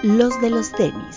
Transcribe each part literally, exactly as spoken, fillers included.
Los de los tenis.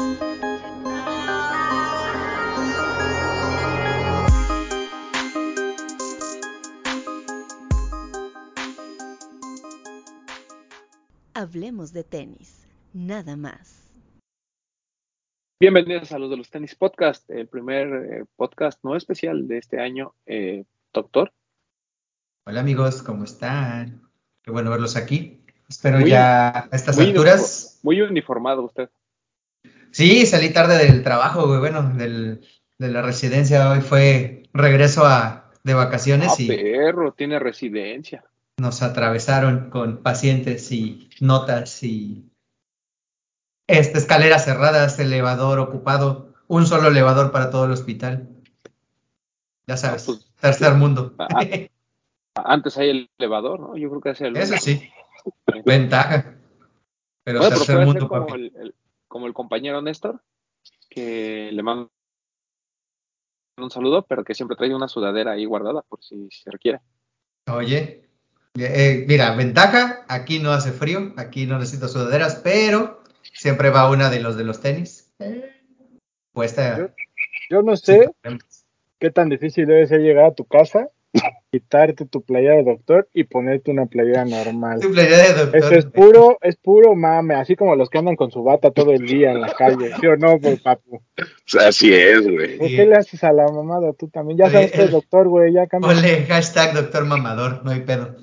Hablemos de tenis, nada más. Bienvenidos a los de los tenis podcast, el primer eh, podcast no especial de este año, eh, doctor. Hola amigos, ¿cómo están? Qué bueno verlos aquí. Espero Muy, ya a estas muy alturas. Muy uniformado usted. Sí, salí tarde del trabajo, güey. Bueno, del, de la residencia. Hoy fue regreso a, de vacaciones Ah, y perro, tiene residencia. nos atravesaron con pacientes y notas y esta escaleras cerradas, elevador ocupado, un solo elevador para todo el hospital. Ya Ah, sabes, pues, tercer mundo. a- a- antes hay el elevador, ¿no? Yo creo que es el Eso único. sí, Sí. ventaja, pero Bueno, pero tercer puede ser mundo, como papi. el, el- como el compañero Néstor, que le mando un saludo, pero que siempre trae una sudadera ahí guardada por si se requiere. Oye, eh, mira, ventaja, aquí no hace frío, aquí no necesito sudaderas, pero siempre va una de los de los tenis. Yo, Puesta yo no sin sé problemas. qué tan difícil debe ser llegar a tu casa, quitarte tu playera de doctor y ponerte una playera normal. Tu playera de Eso es doctor. puro, es puro mame, así como los que andan con su bata todo el día en la calle, ¿sí o no, pues, papu? Así es, güey. ¿Por qué Y, le haces a la mamada tú también? Ya sabes oye, que eres el, doctor, güey, ya cambia. ponle hashtag doctor mamador, no hay pedo.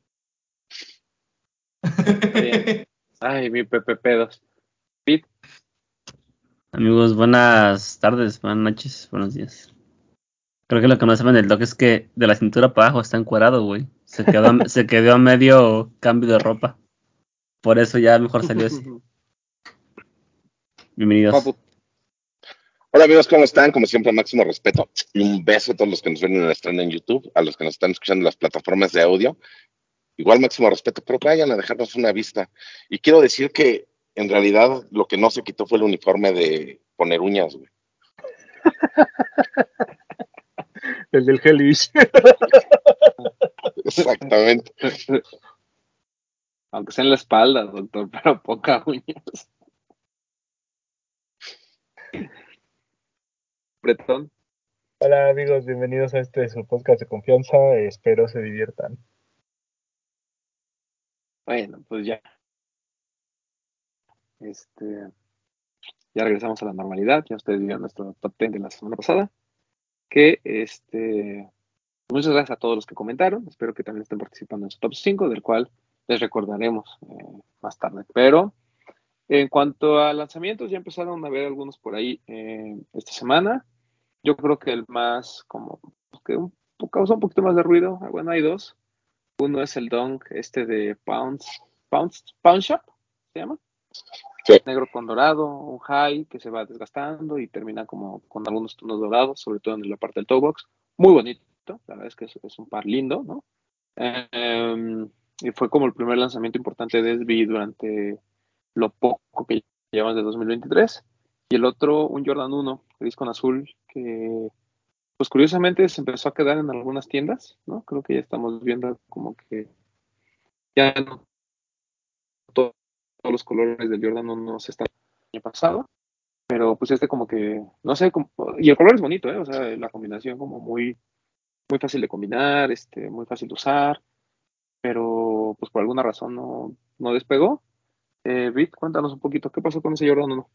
Está bien. Ay, mi Pepe Pedos. Pete, Amigos, buenas tardes, buenas noches, buenos días. Creo que lo que no saben del doc es que de la cintura para abajo está encuerado, güey. Se quedó, a- se quedó a medio cambio de ropa. Por eso ya mejor salió así. Bienvenidos. Papu. Hola amigos, ¿cómo están? Como siempre, máximo respeto y un beso a todos los que nos ven en el estreno en YouTube, a los que nos están escuchando en las plataformas de audio. Igual máximo respeto, pero vayan a dejarnos una vista. Y quiero decir que en realidad lo que no se quitó fue el uniforme de poner uñas, güey. El del Hellish. Exactamente. Aunque sea en la espalda, doctor, pero poca uñas. Bretón. Hola amigos, bienvenidos a este su podcast de confianza, espero se diviertan. Bueno, pues ya. Este, ya regresamos a la normalidad. Ya ustedes vieron nuestro top diez de la semana pasada. Que este, muchas gracias a todos los que comentaron. Espero que también estén participando en su top cinco, del cual les recordaremos eh, más tarde. Pero en cuanto a lanzamientos, ya empezaron a ver algunos por ahí eh, esta semana. Yo creo que el más, como, que un, causa un poquito más de ruido. Bueno, hay dos. Uno es el Dunk, este de Pounds, Pounds, Pound Shop, se llama. Sí. Negro con dorado, un high que se va desgastando y termina como con algunos tonos dorados, sobre todo en la parte del toe box. Muy bonito, la verdad es que es, es un par lindo, ¿no? Eh, y fue como el primer lanzamiento importante de S B durante lo poco que llevamos de dos mil veintitrés. Y el otro, un Jordan uno, gris con azul, que pues curiosamente se empezó a quedar en algunas tiendas, ¿no? Creo que ya estamos viendo como que ya no todo, todos los colores del Jordan uno se están el año pasado, pero pues este como que, no sé, como, y el color es bonito, ¿eh? O sea, la combinación como muy, muy fácil de combinar, este, muy fácil de usar, pero pues por alguna razón no, no despegó. Eh, Vic, cuéntanos un poquito, ¿qué pasó con ese Jordan uno?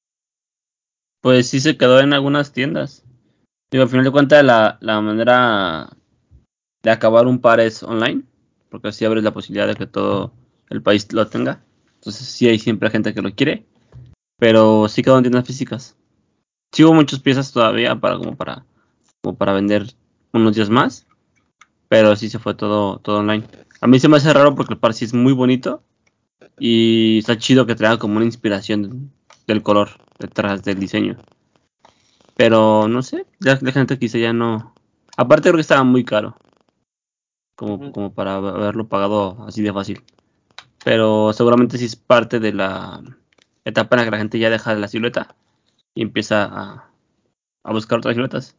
Pues sí se quedó en algunas tiendas. Digo, al final de cuentas la, la manera de acabar un par es online, porque así abres la posibilidad de que todo el país lo tenga. Entonces sí hay siempre gente que lo quiere, pero sí quedó en tiendas físicas. Sí hubo muchas piezas todavía para como para como para vender unos días más, pero sí se fue todo todo online. A mí se me hace raro porque el par sí es muy bonito y está chido que traiga como una inspiración del color detrás del diseño. Pero no sé, la, la gente quizá ya no. Aparte creo que estaba muy caro, como, Uh-huh. como para haberlo pagado así de fácil. Pero seguramente sí es parte de la etapa en la que la gente ya deja la silueta y empieza a, a buscar otras siluetas.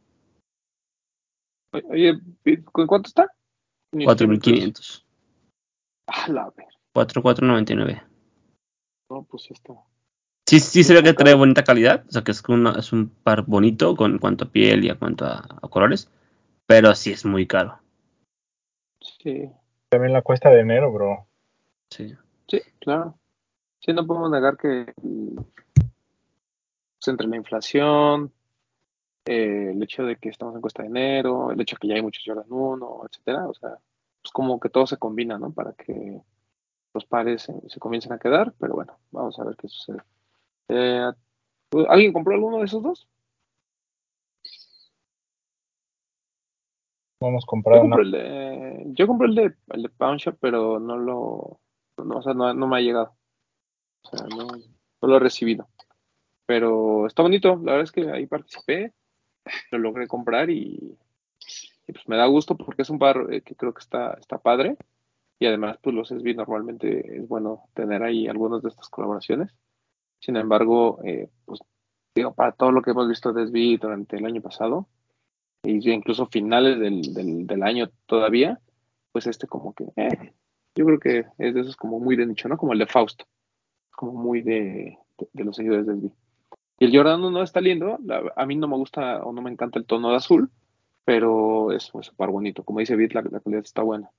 Oye, Vic, ¿cu- ¿cuánto está? Ni cuatro siquiera mil el precio. quinientos Ah, la ver. cuatro mil cuatrocientos noventa y nueve. No, pues sí está. Sí, sí se ve que trae bonita calidad, o sea que es, una, es un par bonito con en cuanto a piel y en cuanto a, a colores, pero sí es muy caro. Sí, También la cuesta de enero, bro. Sí. sí, claro. Sí, no podemos negar que mm, pues, entre la inflación, eh, el hecho de que estamos en cuesta de enero, el hecho de que ya hay muchos Jordan uno, etcétera, o sea, pues como que todo se combina, ¿no? Para que los pares se, se comiencen a quedar, pero bueno, vamos a ver qué sucede. Eh, ¿Alguien compró alguno de esos dos? No hemos Yo comprado nada. compré el de, yo compré el de, el de Pawn Shop, pero no lo, no, o sea, no, no me ha llegado, o sea, no, no lo he recibido. Pero está bonito, la verdad es que ahí participé, lo logré comprar y, y, pues me da gusto porque es un par eh, que creo que está, está padre y además pues los S B normalmente es bueno tener ahí algunas de estas colaboraciones. Sin embargo, eh, pues digo, para todo lo que hemos visto de S B durante el año pasado y incluso finales del, del, del año todavía, pues este como que, eh, yo creo que es de esos como muy de nicho, ¿no? Como el de Faust, como muy de, de, de los seguidores de S B. Y el Jordan uno está lindo, la- a mí no me gusta o no me encanta el tono de azul, pero es pues, súper bonito. Como dice Bit, la, la calidad está buena.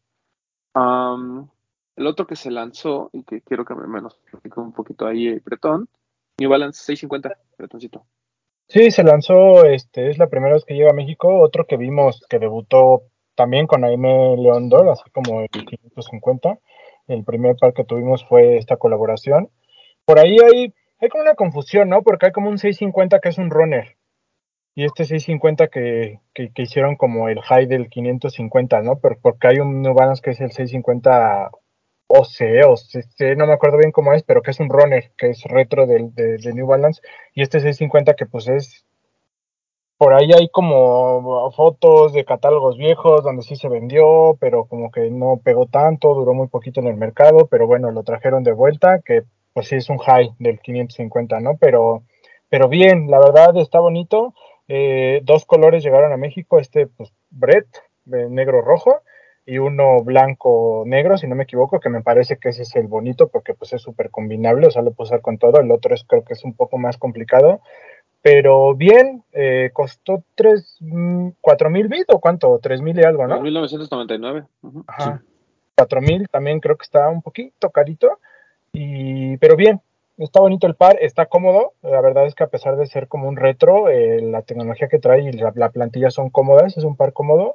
Am, el otro que se lanzó, y que quiero que me, me nos platique un poquito ahí, eh, Bretón, New Balance seiscientos cincuenta, Bretoncito. Sí, se lanzó, este, es la primera vez que llega a México. Otro que vimos que debutó también con Aime León Dor, así como el quinientos cincuenta. El primer par que tuvimos fue esta colaboración. Por ahí hay, hay como una confusión, ¿no? Porque hay como un seiscientos cincuenta que es un runner. Y este seiscientos cincuenta que, que, que hicieron como el high del quinientos cincuenta, ¿no? Pero porque hay un New Balance que es el seiscientos cincuenta O C o C C, no me acuerdo bien cómo es, pero que es un runner, que es retro del- de, de New Balance. Y este seiscientos cincuenta que pues es, por ahí hay como fotos de catálogos viejos donde sí se vendió, pero como que no pegó tanto, duró muy poquito en el mercado, pero bueno, lo trajeron de vuelta, que pues sí es un high del quinientos cincuenta, ¿no? Pero, pero bien, la verdad está bonito. Eh, dos colores llegaron a México, este pues Brett, negro rojo, y uno blanco negro, si no me equivoco, que me parece que ese es el bonito porque pues es súper combinable, o sea, lo puedo usar con todo. El otro es creo que es un poco más complicado, pero bien, eh, costó tres, mm, cuatro mil bit o cuánto, tres mil y algo, Dos ¿no? mil novecientos noventa y nueve. Ujú. Sí. Ajá, cuatro mil también creo que está un poquito carito, y, pero bien, está bonito el par, está cómodo. La verdad es que a pesar de ser como un retro, eh, la tecnología que trae y la, la plantilla son cómodas, es un par cómodo.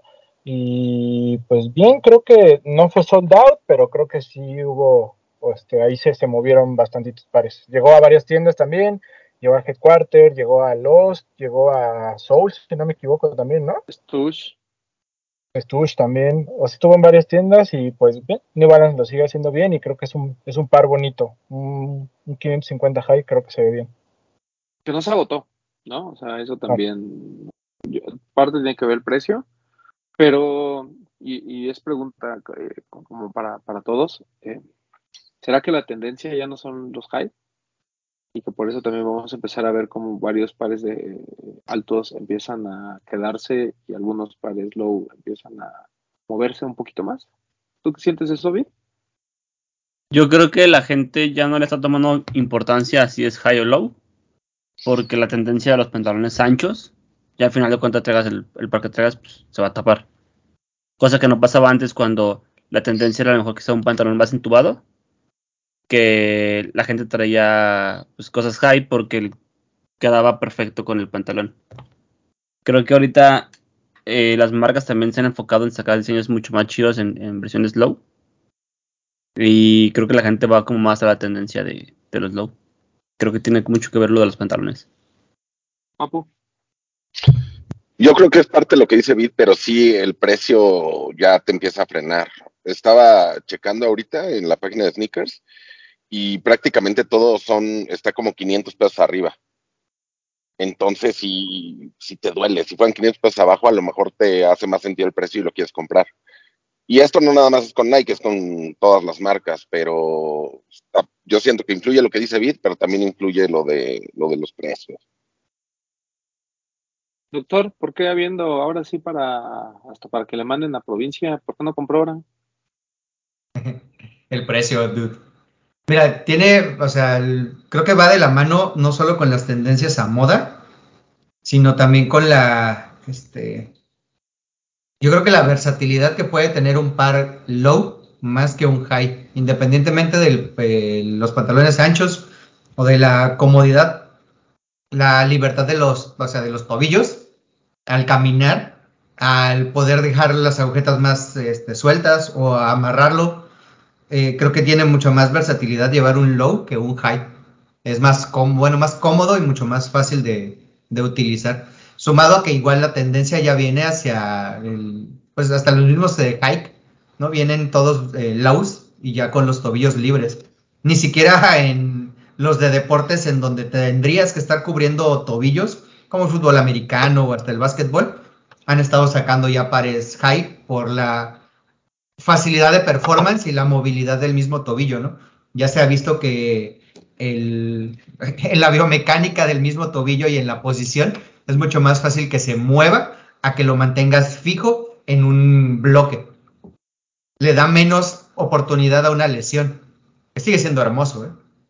Y pues bien, creo que no fue sold out, pero creo que sí hubo, este, ahí se, se movieron bastantitos pares. Llegó a varias tiendas también, llegó a Headquarter, llegó a Lost, llegó a Souls, si no me equivoco también, ¿no? Stush. Stush también, o sea, estuvo en varias tiendas y pues bien, New Balance lo sigue haciendo bien y creo que es un, es un par bonito. Un, un quinientos cincuenta high creo que se ve bien. Que no se agotó, ¿no? O sea, eso No, también, yo- parte tiene que ver el precio, pero, y, y es pregunta eh, como para, para todos, eh, ¿será que la tendencia ya no son los high? Y que por eso también vamos a empezar a ver como varios pares de altos empiezan a quedarse y algunos pares low empiezan a moverse un poquito más. ¿Tú qué sientes eso, Vi? Yo creo que la gente ya no le está tomando importancia a si es high o low, porque la tendencia de los pantalones anchos, ya al final de cuentas traigas el, el par que traigas, pues, se va a tapar. Cosa que no pasaba antes cuando la tendencia era a lo mejor que sea un pantalón más entubado, que la gente traía pues, cosas high porque quedaba perfecto con el pantalón. Creo que ahorita eh, las marcas también se han enfocado en sacar diseños mucho más chidos en, en versiones low. Y creo que la gente va como más a la tendencia de, de los low. Creo que tiene mucho que ver lo de los pantalones. Papu. Yo creo que es parte de lo que dice Bit, pero sí el precio ya te empieza a frenar. Estaba checando ahorita en la página de Sneakers y prácticamente todos son, está como quinientos pesos arriba. Entonces, si, si te duele, si fueran quinientos pesos abajo, a lo mejor te hace más sentido el precio y lo quieres comprar. Y esto no nada más es con Nike, es con todas las marcas, pero ah, yo siento que influye lo que dice Bit, pero también influye lo de, lo de los precios. Doctor, ¿por qué habiendo ahora sí para hasta para que le manden a provincia? ¿Por qué no compró ahora? El precio, dude. Mira, tiene, o sea, el- creo que va de la mano no solo con las tendencias a moda, sino también con la, este, yo creo que la versatilidad que puede tener un par low más que un high, independientemente de los pantalones anchos o de la comodidad, la libertad de los, o sea, de los tobillos al caminar, al poder dejar las agujetas más este, sueltas o amarrarlo. Eh, creo que tiene mucho más versatilidad llevar un low que un high. Es más, com bueno, más cómodo y mucho más fácil de, de utilizar. Sumado a que igual la tendencia ya viene hacia el, pues hasta los mismos de hike, ¿no? Vienen todos eh, lows y ya con los tobillos libres. Ni siquiera en los de deportes en donde tendrías que estar cubriendo tobillos, como el fútbol americano o hasta el básquetbol, han estado sacando ya pares high por la facilidad de performance y la movilidad del mismo tobillo, ¿no? Ya se ha visto que el, en la biomecánica del mismo tobillo y en la posición es mucho más fácil que se mueva a que lo mantengas fijo en un bloque. Le da menos oportunidad a una lesión. Que sigue siendo hermoso, ¿eh?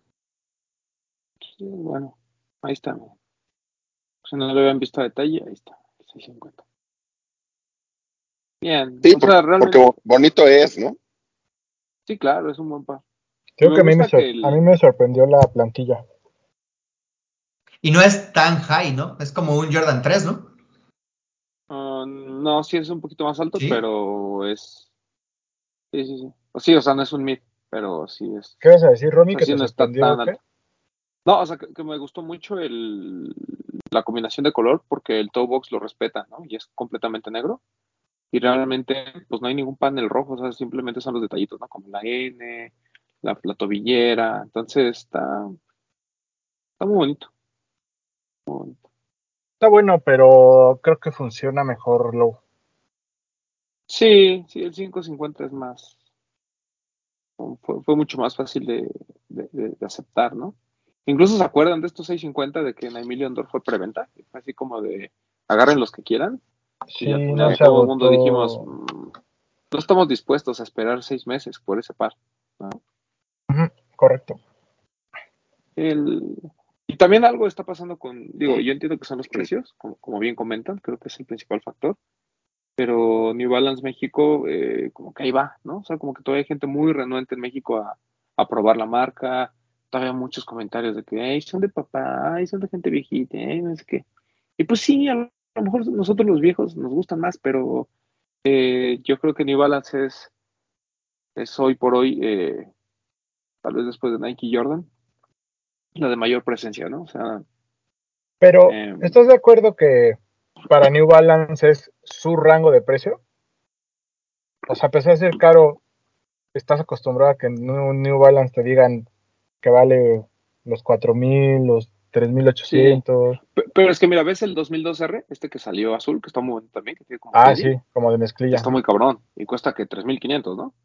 Sí, bueno, ahí está. Si no lo habían visto a detalle, ahí está, seiscientos cincuenta. Bien, Sí, o por- sea, porque realmente, bo- bonito es, ¿no? sí, claro, es un buen par. Y Creo me que a mí me, gusta sor- que a mí el, me sorprendió la plantilla. Y no es tan high, ¿no? Es como un Jordan tres, ¿no? uh, no, sí es un poquito más alto, Sí. pero es, sí, sí, sí. O sí, o sea, no es un mid, pero sí es, ¿Qué vas a decir, o Ronnie, sea, que sí te no está sorprendió o tan qué? alto. No, o sea, que, que me gustó mucho el, la combinación de color porque el toe box lo respeta, ¿no? Y es completamente negro. Y realmente, pues no hay ningún panel rojo, o sea, simplemente son los detallitos, ¿no? Como la N, la, la tobillera. Entonces está, está muy bonito, muy bonito. Está bueno, pero creo que funciona mejor low. Sí, sí, el quinientos cincuenta es más, fue, fue mucho más fácil de, de, de- de aceptar, ¿no? Incluso se acuerdan de estos seiscientos cincuenta de que en Emilio Andor fue preventa, fue así como de agarren los que quieran, y Sí, ya, no ya se todo el mundo dijimos, agotó. "Mm, no estamos dispuestos a esperar seis meses por ese par, ¿no?". Ujú, correcto. El, y también algo está pasando con, digo, yo entiendo que son los precios, como, como bien comentan, creo que es el principal factor, pero New Balance México, eh, como que ahí va, ¿no? O sea, como que todavía hay gente muy renuente en México a, a probar la marca, todavía muchos comentarios de que, ay, son de papá, ay, son de gente viejita, ay, no sé qué. Y pues sí, a lo a lo mejor nosotros los viejos nos gustan más, pero eh, yo creo que New Balance es, es hoy por hoy, eh, tal vez después de Nike y Jordan, la de mayor presencia, ¿no? O sea, Pero, eh, ¿estás de acuerdo que para New Balance es su rango de precio? O sea, a pesar de ser caro, estás acostumbrado a que en un New Balance te digan que vale los cuatro mil, los tres mil sí. ochocientos. Pe- Pero es que mira, ves el dos mil dos R, este que salió azul, que está muy bonito también, que tiene como Ah, fading, sí, como de mezclilla. está muy cabrón y cuesta que tres mil quinientos, ¿no?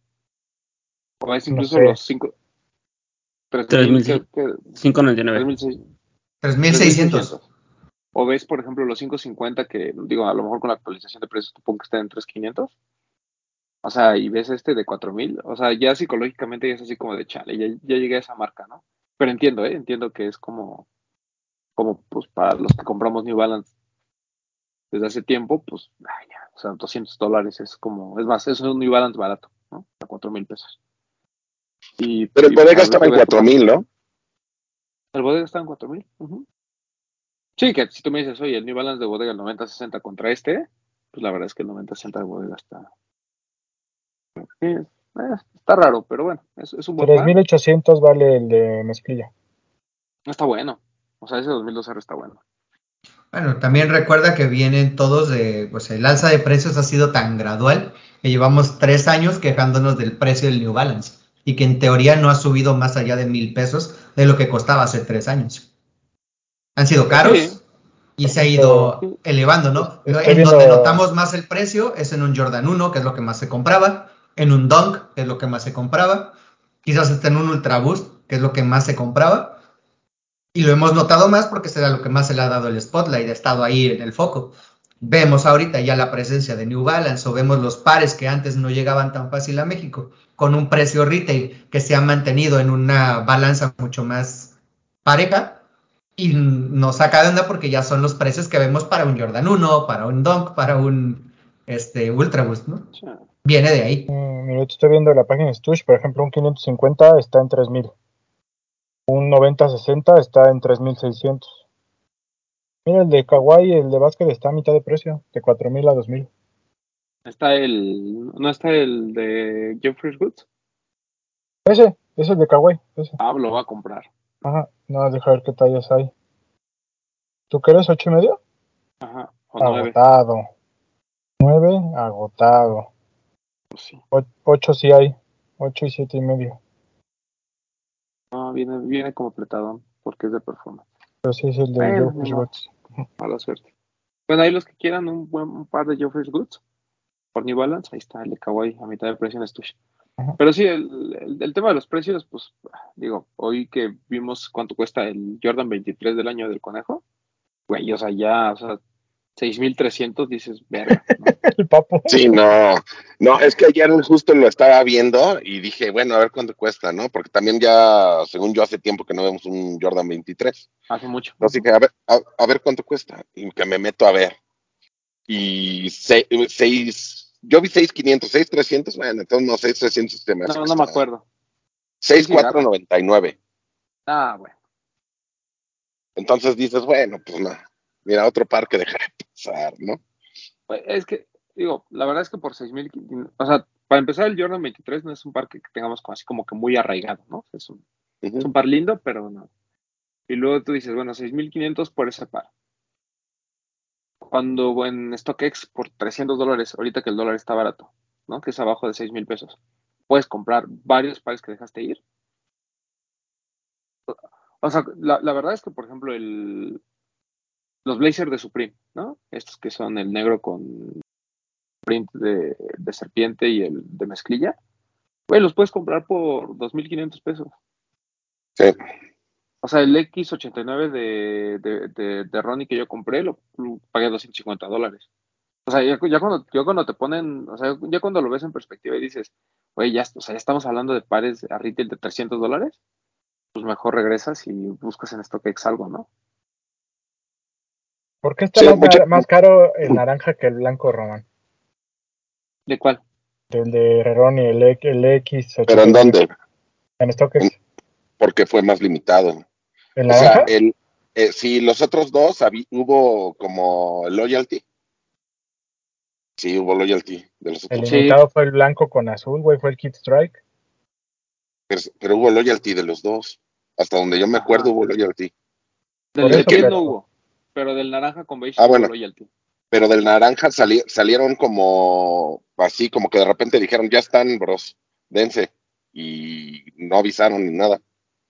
O es No incluso sé. los cinco, tres tres mil, mil que, que, cinco noventa y nueve. tres mil seis- tres mil tres mil seiscientos. seiscientos. O ves, por ejemplo, los quinientos cincuenta que, digo, a lo mejor con la actualización de precios supongo que está en tres mil quinientos. O sea, y ves este de cuatro mil, o sea, ya psicológicamente ya es así como de chale, ya, ya llegué a esa marca, ¿no? Pero entiendo, ¿eh? Entiendo que es como, como, pues, para los que compramos New Balance desde hace tiempo, pues, ay, ya, o sea, doscientos dólares es como, es más, eso es un New Balance barato, ¿no? A cuatro mil pesos. Y, Pero en y bodega para lo estaba que en ves, cuatro compramos, mil, ¿no? el bodega está en cuatro mil. Uh-huh. Sí, que si tú me dices, oye, el New Balance de bodega, el noventa sesenta contra este, pues la verdad es que el noventa sesenta de bodega está, sí, eh, está raro, pero bueno, es, es un buen tres par, mil ochocientos vale el de mezclilla. está bueno. O sea, ese dos mil dos R está bueno. Bueno, también recuerda que vienen todos de, pues el alza de precios ha sido tan gradual que llevamos tres años quejándonos del precio del New Balance y que en teoría no ha subido más allá de mil pesos de lo que costaba hace tres años. Han sido Sí, caros y se ha Viendo, ido sí, elevando, es- ¿no? estoy En donde viendo, notamos más el precio es en un Jordan uno, que es lo que más se compraba, en un Dunk, que es lo que más se compraba, quizás hasta en un Ultra Boost, que es lo que más se compraba, y lo hemos notado más porque será lo que más se le ha dado el spotlight, ha estado ahí en el foco. Vemos ahorita ya la presencia de New Balance o vemos los pares que antes no llegaban tan fácil a México con un precio retail que se ha mantenido en una balanza mucho más pareja y nos saca de onda porque ya son los precios que vemos para un Jordan uno, para un Dunk, para un este, Ultra Boost, ¿no? Sí. Viene de ahí. Mm, mira, estoy viendo la página de Stush, por ejemplo, un quinientos cincuenta está en tres mil. Un noventa sesenta está en tres mil seiscientos. Mira, el de Kawhi, el de básquet está a mitad de precio, de cuatro mil a dos mil. Está el, ¿no está el de Jeffrey Goods? Ese, ese es el de Kawhi, ese. Ah, lo va a comprar. Ajá, no, deja ver qué tallas hay. ¿Tú quieres ocho y medio? Ajá, o nueve. Agotado. nueve, agotado. Pues sí. ocho sí hay. ocho y siete y medio. No, viene, viene como apretadón, porque es de performance. Pero sí es el de Bueno, Joe ni Fish modo, Goods. mala suerte. Bueno, ahí los que quieran un buen un par de Jeffrey Goods por New Balance, ahí está el de Kawhi a mitad de precio en Stush. Ajá. Pero sí, el, el, el tema de los precios, pues, digo, hoy que vimos cuánto cuesta el Jordan veintitrés del año del conejo, güey, o sea, ya, o sea, seis mil trescientos dices, verga, ¿no? El papo. Sí, no, no, es que ayer justo lo estaba viendo y dije, bueno, a ver cuánto cuesta, ¿no? Porque también ya, según yo, hace tiempo que no vemos un Jordan veintitrés. Hace mucho. Así que a ver, a, a ver cuánto cuesta y que me meto a ver. Y se- seis, yo vi seis quinientos, seis trescientos, bueno, entonces no, seis trescientos se me hace No, que no me está acuerdo. Sí, seis sí, cuatro garra. noventa y nueve. Ah, bueno. Entonces dices, bueno, pues no, mira, otro par que dejar de pasar, ¿no? Pues, es que, digo, la verdad es que por seis mil, o sea, para empezar, el Jordan veintitrés no es un par que tengamos como, así como que muy arraigado, ¿no? Es un, es Ujú. un par lindo, pero no. Y luego tú dices, bueno, seis mil quinientos por ese par. Cuando en StockX por trescientos dólares, ahorita que el dólar está barato, ¿no? Que es abajo de seis mil pesos, puedes comprar varios pares que dejaste ir. O sea, la, la verdad es que, por ejemplo, el, los Blazers de Supreme, ¿no? Estos que son el negro con print de, de serpiente y el de mezclilla, güey, los puedes comprar por dos mil quinientos pesos. Sí. O sea, el X ochenta y nueve de, de, de, de Ronnie que yo compré, lo, lo pagué doscientos cincuenta dólares. O sea, ya, ya cuando, ya cuando te ponen, o sea, ya cuando lo ves en perspectiva y dices, güey, ya, o sea, ya estamos hablando de pares a retail de trescientos dólares, pues mejor regresas y buscas en StockX algo, ¿no? ¿Por qué está Sí, más, mucho. nar- más caro el naranja que el blanco, Román? ¿De cuál? El de Ronnie, el, E- el ¿Pero en X ochenta y nueve. dónde? En En- StockX. Porque fue más limitado. ¿El O sea, naranja? el, eh, si los otros dos habí- hubo como loyalty, sí hubo loyalty de los El otros dos, Sí, limitado fue el blanco con azul, güey, fue el Kid Strike. pero, pero hubo loyalty de los dos. Hasta donde yo me acuerdo ajá. hubo loyalty. Por Del de El eso, que, piel no pero hubo, pero del naranja con beige ah, sí hubo bueno, loyalty. pero del naranja sali- salieron como así, como que de repente dijeron, ya están, bros, dense. Y no avisaron ni nada.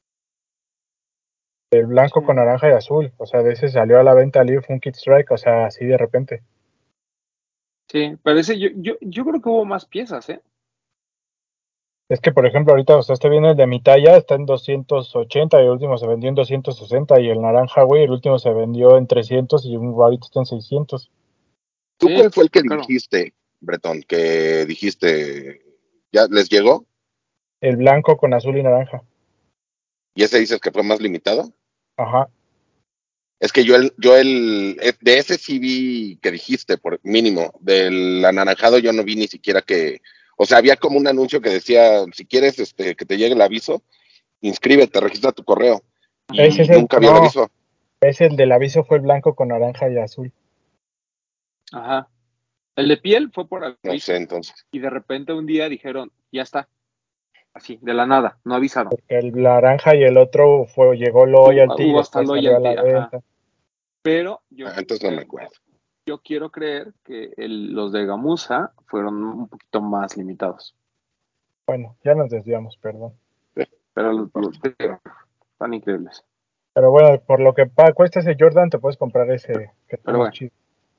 el Sí, blanco con naranja y azul. O sea, de ese salió a la venta libre, fue un Kid Strike, o sea, así de repente. sí, pero ese yo, yo, yo creo que hubo más piezas, ¿eh? Es que, por ejemplo, ahorita, o sea, este viene el de mi talla, está en doscientos ochenta y el último se vendió en doscientos sesenta. Y el naranja, güey, el último se vendió en trescientos y un ahorita está en seiscientos. ¿Tú Sí, cuál fue el que claro. dijiste, Bretón? Que dijiste, ¿ya les llegó? El blanco con azul y naranja. ¿Y ese dices que fue más limitado? Ajá. Es que yo el, yo el, eh, de ese sí vi que dijiste, por mínimo, del anaranjado yo no vi ni siquiera que, o sea, había como un anuncio que decía, si quieres este, que te llegue el aviso, inscríbete, registra tu correo, Ese y es el, nunca vi el no, aviso, ese el del aviso fue el blanco con naranja y azul. Ajá. El de piel fue por no sé, aviso. entonces, Y de repente un día dijeron, ya está. Así, de la nada, no avisaron. El naranja y el otro fue, llegó Hubo, loyalty y hubo hasta después salió a la loyalty, ajá. venta. Pero ah, yo, entonces no me eh, acuerdo. yo quiero creer que el- los de Gamuza fueron un poquito más limitados. Bueno, ya nos desviamos, perdón. Sí. Pero los, los de- están increíbles. Pero bueno, por lo que pa- cuesta ese Jordan, te puedes comprar ese que está Pero más bueno, chido.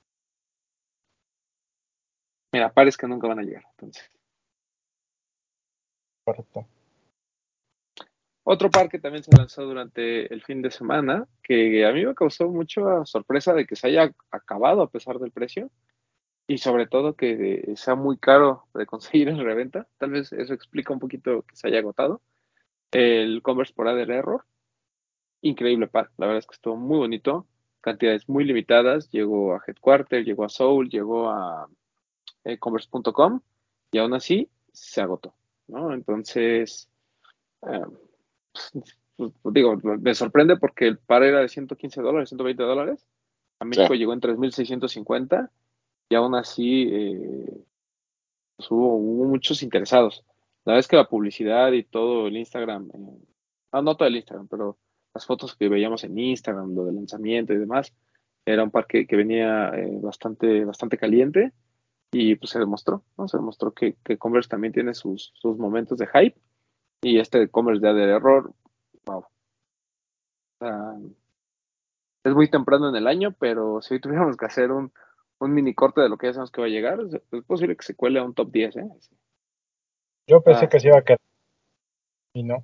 mira, pares que nunca van a llegar. Entonces, Correcto. Otro par que también se lanzó durante el fin de semana, que a mí me causó mucha sorpresa de que se haya acabado a pesar del precio y sobre todo que sea muy caro de conseguir en reventa. Tal vez eso explica un poquito que se haya agotado. El Converse por Ader Error, increíble par, la verdad es que estuvo muy bonito, cantidades muy limitadas, llegó a Headquarter, llegó a Soul, llegó a eh, converse punto com y aún así se agotó, ¿no? Entonces, eh, pues, pues, digo, me sorprende porque el par era de ciento quince dólares, ciento veinte dólares, a Sí. México llegó en tres mil seiscientos cincuenta y aún así eh, pues, hubo, hubo muchos interesados. La verdad es que la publicidad y todo el Instagram, eh, ah, no todo el Instagram, pero las fotos que veíamos en Instagram, lo del lanzamiento y demás, era un par que, que venía eh, bastante, bastante caliente y pues se demostró, ¿no? Se demostró que, que Converse también tiene sus, sus momentos de hype y este Converse de Ader Error, wow. O sea, es muy temprano en el año, pero si hoy tuviéramos que hacer un, un mini corte de lo que ya sabemos que va a llegar, es, es posible que se cuele a un top diez, ¿eh? Yo pensé Ah, que se iba a quedar y no.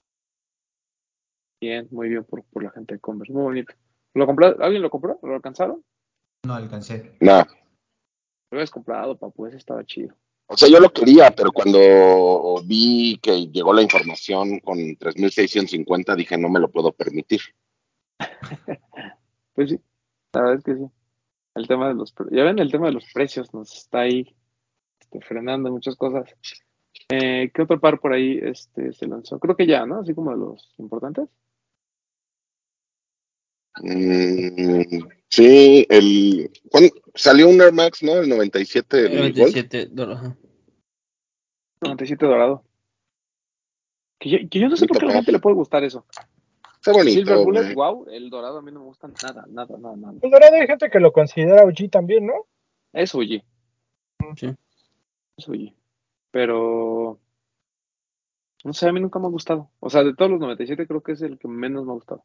bien, muy bien por, por la gente de Converse, muy bonito. ¿Lo compró? ¿Alguien lo compró? ¿Lo alcanzaron? No alcancé. No. Lo habías comprado, papu, ese estaba chido. O sea, yo lo quería, pero cuando vi que llegó la información con tres mil seiscientos cincuenta, dije, no me lo puedo permitir. Pues sí, la verdad es que sí. El tema de los, pre- ya ven, el tema de los precios nos está ahí este, frenando muchas cosas. Eh, ¿qué otro par por ahí este, se lanzó? Creo que ya, ¿no? Así como de los importantes. Mm, sí, el ¿cuándo? Salió un Air Max, ¿no? El noventa y siete, el Gold. noventa y siete dólares. Ajá. noventa y siete dorado. Que yo, que yo no sé por Bonito qué a la par. gente le puede gustar eso. Está El Silver bonito, Bullet, güey. wow, el dorado a mí no me gusta nada, nada, nada, nada. El dorado hay gente que lo considera O G también, ¿no? Es Uji, Sí. es Uji. Pero, no sé, a mí nunca me ha gustado. O sea, de todos los noventa y siete creo que es el que menos me ha gustado.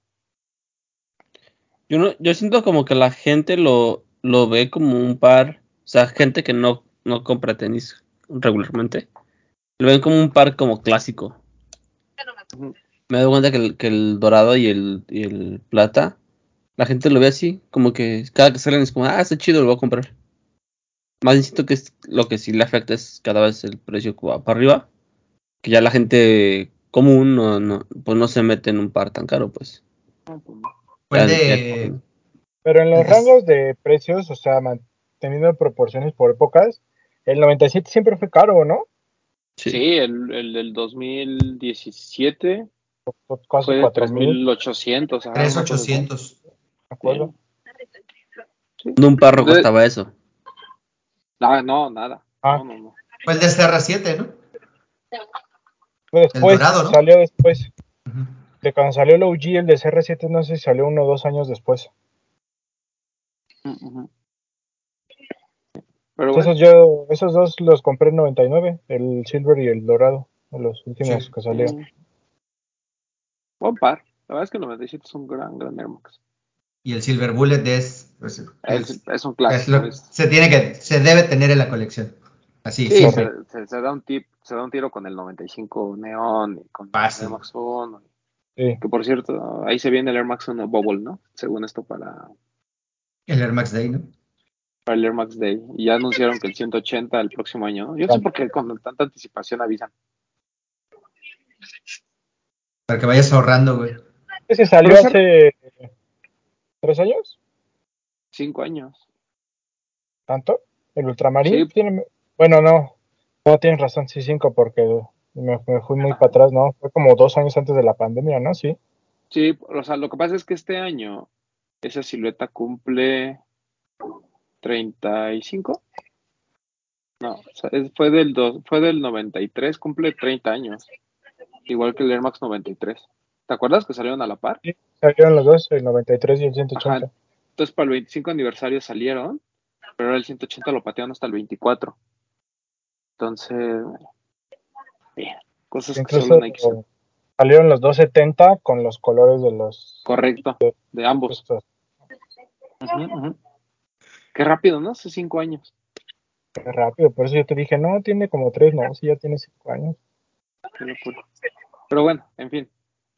Yo no, yo siento como que la gente lo, lo ve como un par, o sea, gente que no, no compra tenis regularmente, lo ven como un par como clásico. Ujú. Me doy cuenta que el, que el dorado y el, y el plata, la gente lo ve así, como que cada que salen es como, ah, está chido, lo voy a comprar. Más bien siento que es lo que sí le afecta es cada vez el precio que va para arriba, que ya la gente común no, no, pues no se mete en un par tan caro, pues. No, pues no. Fue el Ya, ya- de. Pero en El los de rangos de precios, o sea, manteniendo proporciones por épocas, el noventa y siete siempre fue caro, ¿no? sí. Sí, el, el del dos mil diecisiete Fue casi fue de cuatro tres mil, mil ochocientos, ajá, tres una cosa así. ochocientos. me Sí, acuerdo. sí. No un parro De- costaba eso. ah, no, nada. Ah, No, no, no. Fue el de C R siete, ¿no? fue El después, dorado, ¿no? salió después. Ujú. De cuando salió el O G, el de C R siete, no sé si salió uno o dos años después. Ujú. Pero bueno, Esos yo, esos dos los compré en noventa y nueve, el silver y el dorado, los últimos Sí. que salieron. sí, buen par. La verdad es que el noventa y siete es un gran, gran Air Max. Y el Silver Bullet es. Pues, Es, es, es un es clásico. lo, Es, se tiene que. Se debe tener en la colección. Así, sí, se, siempre. Correcto. se, se da un tip, se da un tiro con el noventa y cinco Neon y con el Air Fácil. Max uno. Sí. Que por cierto, ahí se viene el Air Max uno Bubble, ¿no? Según esto para, El Air Max Day, ¿no? para el Air Max Day. Y ya anunciaron que el ciento ochenta el próximo año, ¿no? Yo no sé por qué con tanta anticipación avisan. Para que vayas ahorrando, güey. Ese Pero salió ser hace tres años, cinco años. ¿tanto? El ultramarín Sí, tiene, bueno, no, no tienes razón, sí, cinco, porque me, me fui muy para ajá. atrás, ¿no? Fue como dos años antes de la pandemia, ¿no? Sí. Sí, o sea, lo que pasa es que este año esa silueta cumple treinta y cinco. No, o sea, es- fue del dos, fue del noventa y tres, cumple treinta años, igual que el Air Max noventa y tres. ¿Te acuerdas que salieron a la par? Sí, salieron los dos, el noventa y tres y el Ajá. ciento ochenta. Entonces para el veinticinco aniversario salieron, pero ahora el ciento ochenta lo patearon hasta el veinticuatro. Entonces, bien, cosas que solo Incluso Nike sabe. salieron los doscientos setenta con los colores de los Correcto, de ambos. estos. Ujú, ujú. Qué rápido, ¿no? Hace cinco años. Qué rápido, por eso yo te dije, no, tiene como tres, no, sí, ya tiene cinco años. Qué locura. Pero bueno, en fin.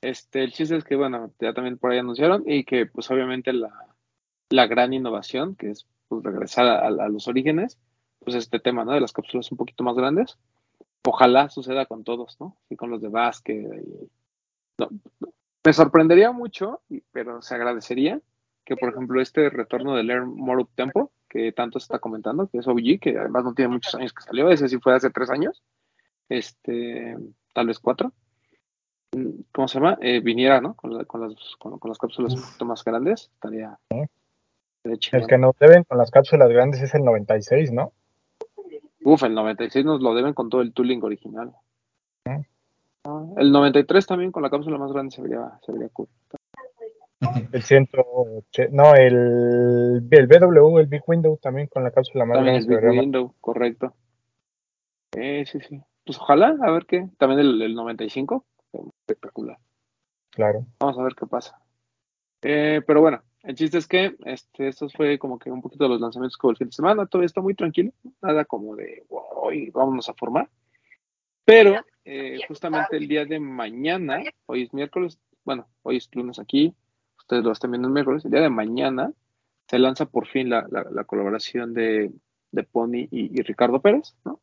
Este, el chiste es que, bueno, ya también por ahí anunciaron y que, pues, obviamente la, la gran innovación, que es pues, regresar a, a los orígenes, pues este tema, ¿no? De las cápsulas un poquito más grandes. Ojalá suceda con todos, ¿no? Y con los de básquet. Y, no, me sorprendería mucho, pero se agradecería que, por ejemplo, este retorno de Learn More Up Tempo, que tanto se está comentando, que es O G, que además no tiene muchos años que salió, ese sí fue hace tres años, este, tal vez cuatro, ¿cómo se llama? Eh, viniera, ¿no? Con, la, con, las, con, con, las cápsulas un poquito más grandes, estaría, estaría chido. El que nos deben con las cápsulas grandes es el noventa y seis, ¿no? Uf, el noventa y seis nos lo deben con todo el tooling original. ¿Eh? El noventa y tres también con la cápsula más grande se vería, se vería cool. El cien, no, el, el B W, el Big Window también con la cápsula más también grande. También el Big Window, más... correcto. Eh, sí, sí. Pues ojalá, a ver qué. También el, el noventa y cinco, espectacular. Claro. Vamos a ver qué pasa. Eh, pero bueno, el chiste es que este, estos fue como que un poquito de los lanzamientos que hubo el fin de semana. Todavía está muy tranquilo. Nada como de, hoy wow, vámonos a formar. Pero eh, justamente el día de mañana, hoy es miércoles, bueno, hoy es lunes aquí, ustedes lo están viendo el miércoles, el día de mañana se lanza por fin la, la, la colaboración de, de Pony y, y Ricardo Pérez, ¿no?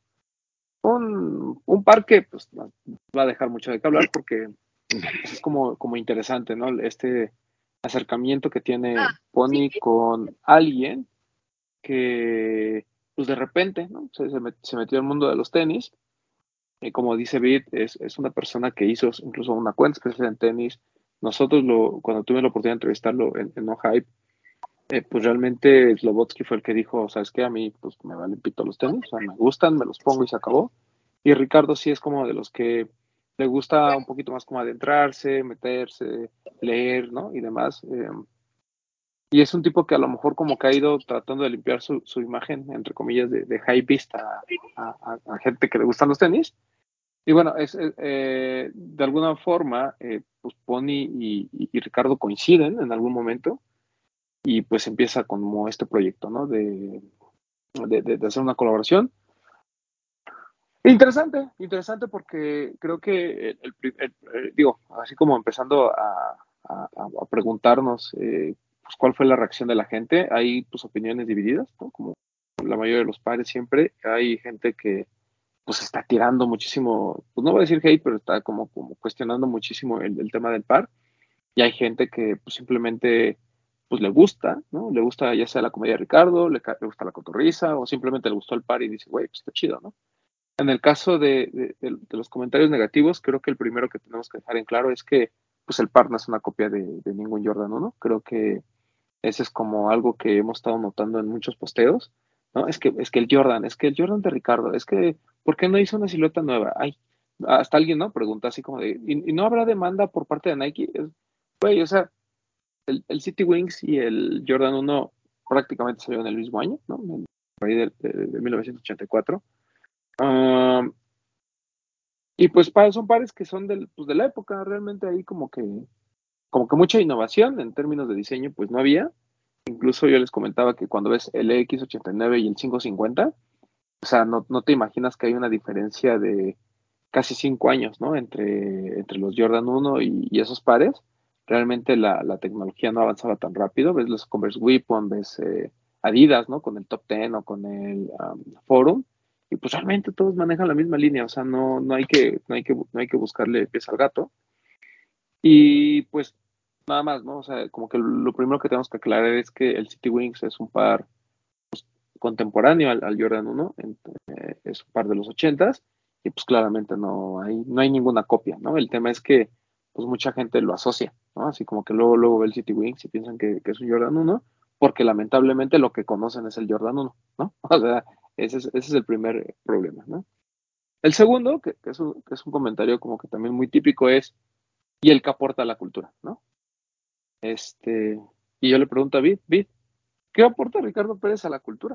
Un, un par que pues, va a dejar mucho de qué hablar porque pues, es como, como interesante, ¿no? Este acercamiento que tiene Pony con alguien que pues de repente, ¿no? Se, se, met, se metió al mundo de los tenis. Eh, como dice Bit, es, es una persona que hizo incluso una cuenta especial en tenis. Nosotros, lo, cuando tuve la oportunidad de entrevistarlo en, en No Hype, eh, pues realmente Slobotsky fue el que dijo, ¿sabes qué? A mí pues me valen pito los tenis, o sea, me gustan, me los pongo y se acabó. Y Ricardo sí es como de los que le gusta un poquito más como adentrarse, meterse, leer, ¿no? Y demás. Eh, y es un tipo que a lo mejor como que ha ido tratando de limpiar su, su imagen, entre comillas, de, de hypeista a, a, a gente que le gustan los tenis. Y bueno, es, eh, de alguna forma, eh, pues Pony y, y, y Ricardo coinciden en algún momento y pues empieza como este proyecto, ¿no? De, de, de, de hacer una colaboración. Interesante, interesante porque creo que, el, el, el, el, digo, así como empezando a, a, a preguntarnos eh, pues cuál fue la reacción de la gente, hay pues opiniones divididas, ¿no? Como la mayoría de los pares siempre, hay gente que pues está tirando muchísimo, pues no voy a decir hate, pero está como, como cuestionando muchísimo el, el tema del par. Y hay gente que pues simplemente pues le gusta, ¿no? Le gusta ya sea la comedia de Ricardo, le, le gusta la cotorriza, o simplemente le gustó el par y dice, güey, pues está chido, ¿no? En el caso de, de, de, de los comentarios negativos, creo que el primero que tenemos que dejar en claro es que pues el par no es una copia de, de ningún Jordan uno. Creo que ese es como algo que hemos estado notando en muchos posteos, ¿no? Es que, es que el Jordan, es que el Jordan de Ricardo, es que, ¿por qué no hizo una silueta nueva? Ay, hasta alguien, ¿no? Pregunta así como de, ¿y, y no habrá demanda por parte de Nike? Güey, o sea, el, el City Wings y el Jordan uno prácticamente salieron en el mismo año, ¿no? En, por ahí de, de, de mil novecientos ochenta y cuatro. Um, y pues son pares que son del, pues de la época, realmente ahí como que, como que mucha innovación en términos de diseño, pues no había. Incluso yo les comentaba que cuando ves el X ochenta y nueve y el quinientos cincuenta, o sea, no, no te imaginas que hay una diferencia de casi cinco años, ¿no? Entre, entre los Jordan uno y, y esos pares. Realmente la, la, tecnología no avanzaba tan rápido. Ves los Converse Weapon, ves eh, Adidas, ¿no? Con el Top Ten o con el um, Forum. Y pues realmente todos manejan la misma línea. O sea, no, no, hay, que, no, hay, que, no hay que buscarle pies al gato. Y pues nada más, ¿no? O sea, como que lo primero que tenemos que aclarar es que el City Wings es un par pues, contemporáneo al, al Jordan uno, eh, es un par de los ochentas, y pues claramente no hay, no hay ninguna copia, ¿no? El tema es que pues mucha gente lo asocia, ¿no? Así como que luego, luego ve el City Wings y piensan que, que es un Jordan uno, porque lamentablemente lo que conocen es el Jordan uno, ¿no? O sea, ese es, ese es el primer problema, ¿no? El segundo, que, que, es un, que es un comentario como que también muy típico, es y el que aporta a la cultura, ¿no? Este, y yo le pregunto a Vid, Vid, ¿qué aporta Ricardo Pérez a la cultura?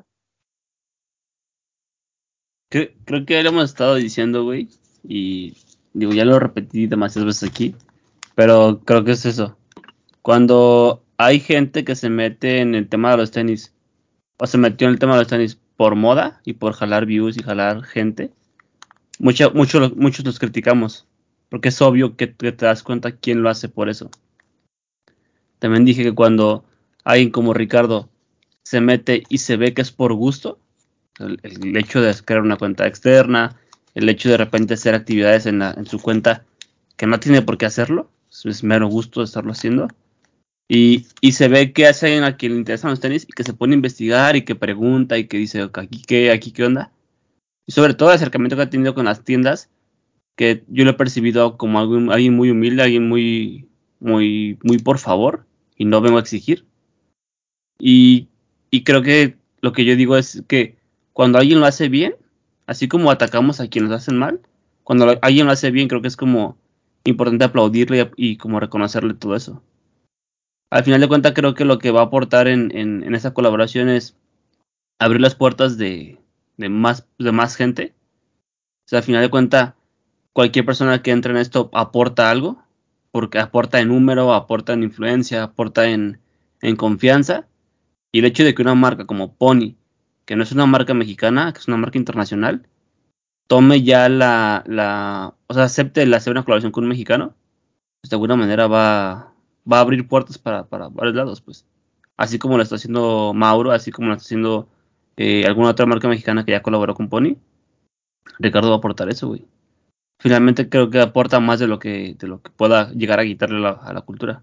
Creo, creo que ya lo hemos estado diciendo, güey, y digo, ya lo repetí demasiadas veces aquí, pero creo que es eso. Cuando hay gente que se mete en el tema de los tenis, o se metió en el tema de los tenis por moda y por jalar views y jalar gente, mucha, mucho, muchos los criticamos. porque es obvio que, que te das cuenta quién lo hace por eso. También dije que cuando alguien como Ricardo se mete y se ve que es por gusto, el, el hecho de crear una cuenta externa, el hecho de repente hacer actividades en, la, en su cuenta que no tiene por qué hacerlo, es mero gusto de estarlo haciendo, y, y se ve que hace alguien a quien le interesan los tenis y que se pone a investigar y que pregunta y que dice, aquí qué, aquí qué onda, y sobre todo el acercamiento que ha tenido con las tiendas, que yo lo he percibido como algo, alguien muy humilde, alguien muy, muy, muy por favor, y no vengo a exigir. Y, y creo que lo que yo digo es que cuando alguien lo hace bien, así como atacamos a quienes lo hacen mal, cuando lo, alguien lo hace bien, creo que es como importante aplaudirle y, y como reconocerle todo eso. Al final de cuentas, creo que lo que va a aportar en, en, en esa colaboración es abrir las puertas de, de, más, de más gente. O sea, al final de cuentas, cualquier persona que entre en esto aporta algo, porque aporta en número, aporta en influencia, aporta en, en confianza. Y el hecho de que una marca como Pony, que no es una marca mexicana, que es una marca internacional, tome ya la, la o sea, acepte el hacer una colaboración con un mexicano, pues de alguna manera va, va a abrir puertas para, para varios lados, pues. Así como lo está haciendo Mauro, así como lo está haciendo eh, alguna otra marca mexicana que ya colaboró con Pony, Ricardo va a aportar eso, güey. Finalmente creo que aporta más de lo que, de lo que pueda llegar a quitarle la, a la cultura.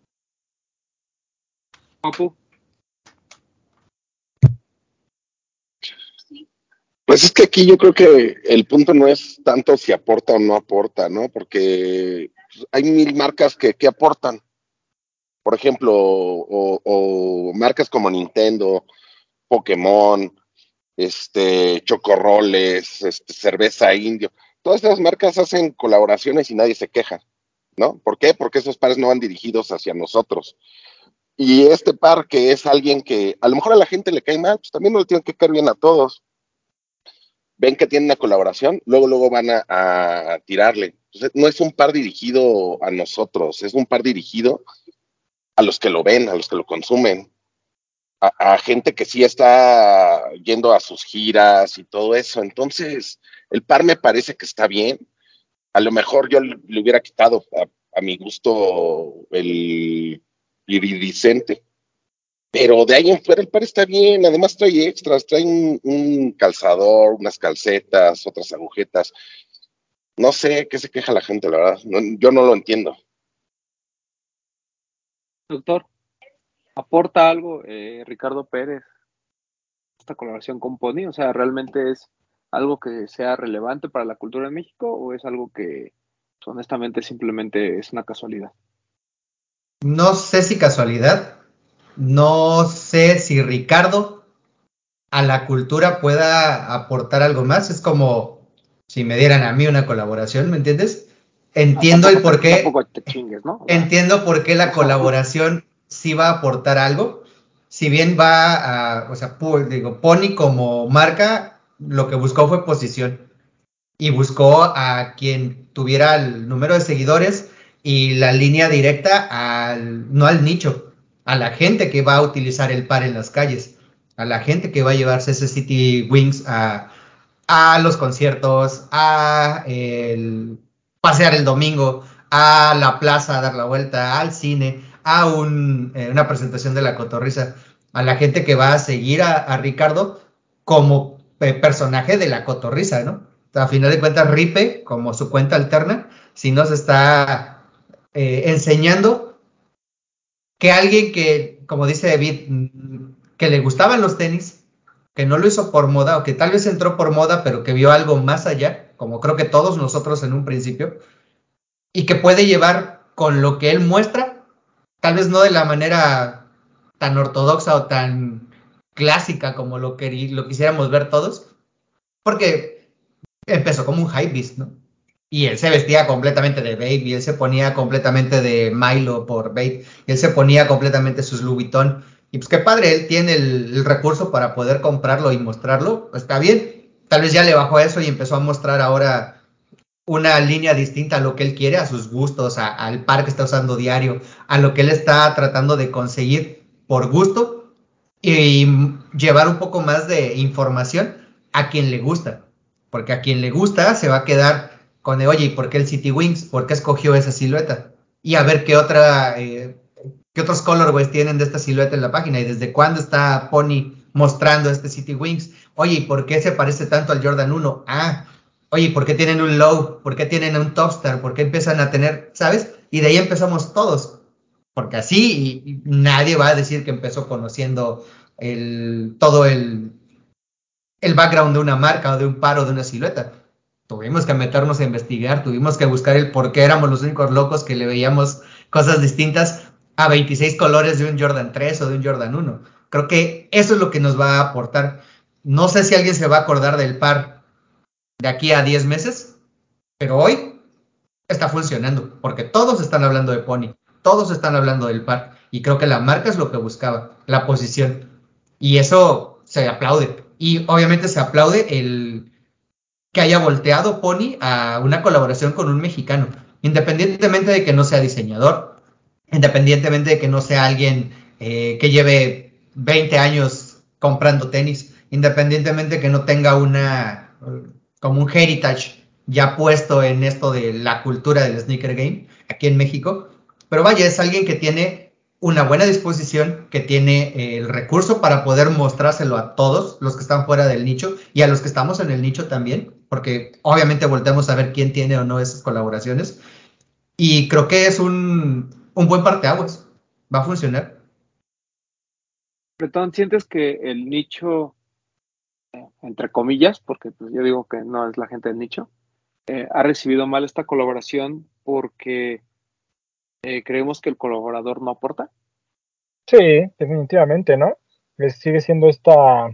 Papu. Pues es que aquí yo creo que el punto no es tanto si aporta o no aporta, ¿no? Porque hay mil marcas que, que aportan. Por ejemplo, o, o marcas como Nintendo, Pokémon, este, Chocorroles, este, Cerveza Indio. Todas esas marcas hacen colaboraciones y nadie se queja, ¿no? ¿Por qué? Porque esos pares no van dirigidos hacia nosotros. Y este par que es alguien que a lo mejor a la gente le cae mal, pues también no le tiene que caer bien a todos. Ven que tienen una colaboración, luego luego van a, a tirarle. Entonces, no es un par dirigido a nosotros, es un par dirigido a los que lo ven, a los que lo consumen, a, a gente que sí está yendo a sus giras y todo eso. Entonces, el par me parece que está bien. A lo mejor yo le, le hubiera quitado a, a mi gusto el iridiscente. Pero de ahí en fuera el par está bien, además trae extras, trae un, un calzador, unas calcetas, otras agujetas. No sé qué se queja la gente, la verdad. No, yo no lo entiendo. Doctor, ¿aporta algo eh, Ricardo Pérez esta colaboración con Pony? O sea, ¿realmente es algo que sea relevante para la cultura de México o es algo que honestamente simplemente es una casualidad? No sé si casualidad, no sé si Ricardo a la cultura pueda aportar algo más. Es como si me dieran a mí una colaboración, ¿me entiendes? Ah, Entiendo el tampoco te, por qué, tampoco te chingues, ¿no? O sea, entiendo por qué la no. colaboración sí va a aportar algo. Si bien va a, o sea, pu- digo, Pony como marca, lo que buscó fue posición y buscó a quien tuviera el número de seguidores y la línea directa al, no al nicho, a la gente que va a utilizar el par en las calles, a la gente que va a llevarse ese City Wings a, a los conciertos, a el pasear el domingo, a la plaza a dar la vuelta, al cine, a un, eh, una presentación de la cotorriza, a la gente que va a seguir a, a Ricardo como eh, personaje de la cotorriza, ¿no? A final de cuentas, Ripe, como su cuenta alterna, si nos está eh, enseñando que alguien que, como dice David, mm, que le gustaban los tenis, que no lo hizo por moda, o que tal vez entró por moda, pero que vio algo más allá, como creo que todos nosotros en un principio, y que puede llevar con lo que él muestra, tal vez no de la manera tan ortodoxa o tan clásica como lo, que, lo quisiéramos ver todos, porque empezó como un hypebeast, ¿no? Y él se vestía completamente de Babe, y él se ponía completamente de Milo por Babe, y él se ponía completamente sus Louis Vuitton. Y pues qué padre, él tiene el, el recurso para poder comprarlo y mostrarlo, pues está bien. Tal vez ya le bajó a eso y empezó a mostrar ahora una línea distinta a lo que él quiere, a sus gustos, a, al par que está usando diario, a lo que él está tratando de conseguir por gusto y llevar un poco más de información a quien le gusta, porque a quien le gusta se va a quedar con de, oye, ¿y por qué el City Wings? ¿Por qué escogió esa silueta? Y a ver qué otra, eh, qué otros colorways tienen de esta silueta en la página y desde cuándo está Pony mostrando este City Wings. Oye, ¿y por qué se parece tanto al Jordan uno? Ah, oye, ¿por qué tienen un low? ¿Por qué tienen un topstar? ¿Por qué empiezan a tener, sabes? Y de ahí empezamos todos. Porque así y, y nadie va a decir que empezó conociendo el, todo el, el background de una marca o de un paro de una silueta. Tuvimos que meternos a investigar, tuvimos que buscar el por qué éramos los únicos locos que le veíamos cosas distintas a veintiséis colores de un Jordan tres o de un Jordan uno. Creo que eso es lo que nos va a aportar. No sé si alguien se va a acordar del par de aquí a diez meses, pero hoy está funcionando, porque todos están hablando de Pony, todos están hablando del par, y creo que la marca es lo que buscaba, la posición, y eso se aplaude, y obviamente se aplaude el que haya volteado Pony a una colaboración con un mexicano, independientemente de que no sea diseñador, independientemente de que no sea alguien eh, que lleve veinte años comprando tenis, independientemente de que no tenga una como un heritage ya puesto en esto de la cultura del sneaker game aquí en México, pero vaya, es alguien que tiene una buena disposición, que tiene el recurso para poder mostrárselo a todos los que están fuera del nicho y a los que estamos en el nicho también, porque obviamente volteamos a ver quién tiene o no esas colaboraciones. Y creo que es un, un buen parteaguas. Va a funcionar. Bretón, ¿sientes que el nicho, entre comillas, porque pues, yo digo que no es la gente del nicho, eh, ha recibido mal esta colaboración porque eh, creemos que el colaborador no aporta? Sí, definitivamente, ¿no? Es- sigue siendo esta,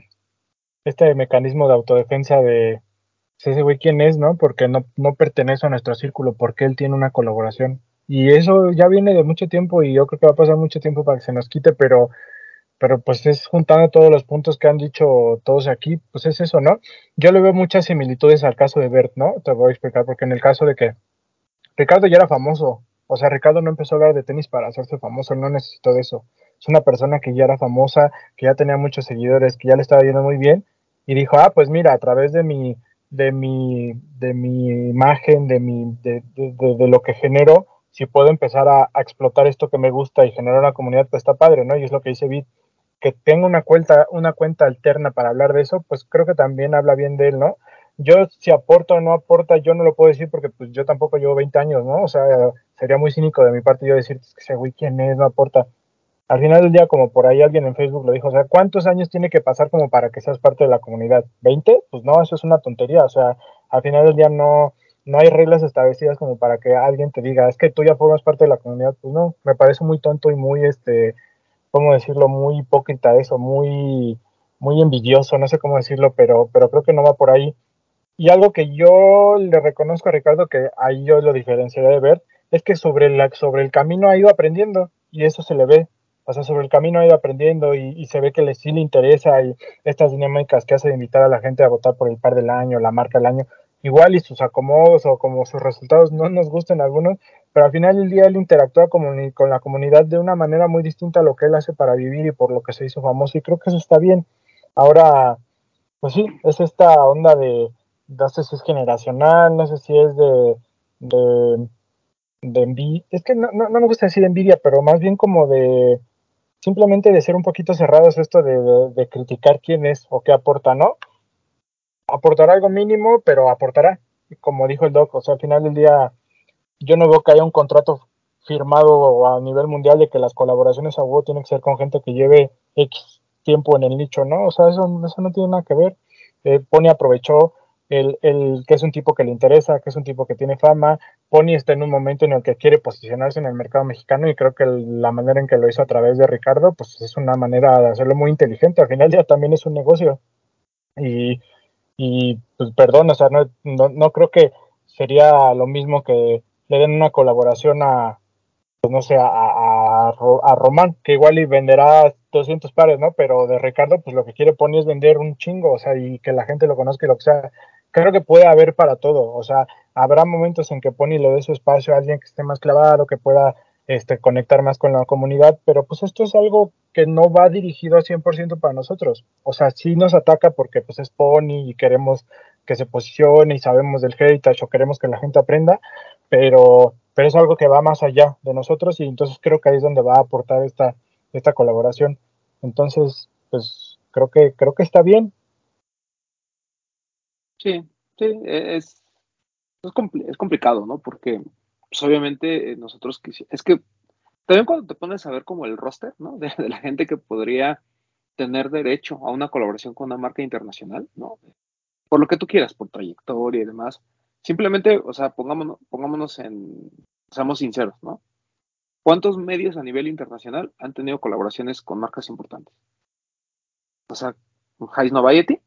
este mecanismo de autodefensa de pues, ese güey quién es, ¿no? Porque no, no pertenece a nuestro círculo, porque él tiene una colaboración. Y eso ya viene de mucho tiempo y yo creo que va a pasar mucho tiempo para que se nos quite, pero, pero pues es juntando todos los puntos que han dicho todos aquí, pues es eso, ¿no? Yo le veo muchas similitudes al caso de Bert, ¿no? Te voy a explicar, porque en el caso de que Ricardo ya era famoso. O sea, Ricardo no empezó a hablar de tenis para hacerse famoso, no necesitó de eso. Es una persona que ya era famosa, que ya tenía muchos seguidores, que ya le estaba yendo muy bien y dijo, ah, pues mira, a través de mi, de mi, de mi imagen, de mi, de, de, de, de lo que genero, si puedo empezar a, a, explotar esto que me gusta y generar una comunidad, pues está padre, ¿no? Y es lo que dice Bit, que tenga una cuenta, una cuenta alterna para hablar de eso, pues creo que también habla bien de él, ¿no? Yo si aporta o no aporta, yo no lo puedo decir porque pues yo tampoco llevo veinte años, ¿no? O sea, sería muy cínico de mi parte yo decir que ese güey quién es, no aporta. Al final del día, como por ahí alguien en Facebook lo dijo, o sea, ¿cuántos años tiene que pasar como para que seas parte de la comunidad? ¿veinte? Pues no, eso es una tontería, o sea, al final del día no, no hay reglas establecidas como para que alguien te diga, es que tú ya formas parte de la comunidad, pues no, me parece muy tonto y muy, este, ¿cómo decirlo? Muy hipócrita eso, muy, muy envidioso, no sé cómo decirlo, pero, pero creo que no va por ahí. Y algo que yo le reconozco a Ricardo, que ahí yo lo diferenciaría de ver, es que sobre, la, sobre el camino ha ido aprendiendo y eso se le ve. O sea, sobre el camino ha ido aprendiendo y, y se ve que le, sí le interesa y estas dinámicas que hace de invitar a la gente a votar por el par del año, la marca del año, igual y sus acomodos o como sus resultados no nos gusten algunos, pero al final del día él interactúa con, con la comunidad de una manera muy distinta a lo que él hace para vivir y por lo que se hizo famoso y creo que eso está bien. Ahora, pues sí, es esta onda de, no sé si es generacional, no sé si es de, de, de envidia, es que no, no, no me gusta decir envidia, pero más bien como de simplemente de ser un poquito cerrados esto de, de, de criticar quién es o qué aporta, ¿no? Aportará algo mínimo, pero aportará, como dijo el doc, o sea, al final del día yo no veo que haya un contrato firmado a nivel mundial de que las colaboraciones a huevo tienen que ser con gente que lleve X tiempo en el nicho, ¿no? O sea, eso, eso no tiene nada que ver. Eh, Pony aprovechó el, el que es un tipo que le interesa, que es un tipo que tiene fama. Pony está en un momento en el que quiere posicionarse en el mercado mexicano y creo que el, la manera en que lo hizo a través de Ricardo, pues es una manera de hacerlo muy inteligente. Al final del día también es un negocio. Y, y pues perdón, o sea, no, no, no creo que sería lo mismo que le den una colaboración a, pues no sé, a, a, a Román, que igual y venderá doscientos pares, ¿no? Pero de Ricardo, pues lo que quiere Pony es vender un chingo, o sea, y que la gente lo conozca y lo que sea. Creo que puede haber para todo, o sea, habrá momentos en que Pony le dé su espacio a alguien que esté más clavado, que pueda este, conectar más con la comunidad, pero pues esto es algo que no va dirigido a cien por ciento para nosotros. O sea, sí nos ataca porque pues es Pony y queremos que se posicione y sabemos del heritage o queremos que la gente aprenda, pero, pero es algo que va más allá de nosotros y entonces creo que ahí es donde va a aportar esta, esta colaboración. Entonces, pues creo que, creo que está bien. Sí, sí, es, es, compli- es complicado, ¿no? Porque, pues, obviamente, eh, nosotros quisi- es que también cuando te pones a ver como el roster, ¿no? De, de la gente que podría tener derecho a una colaboración con una marca internacional, ¿no? Por lo que tú quieras, por trayectoria y demás. Simplemente, o sea, pongámonos, pongámonos en, seamos sinceros, ¿no? ¿Cuántos medios a nivel internacional han tenido colaboraciones con marcas importantes? O sea, High Noviety,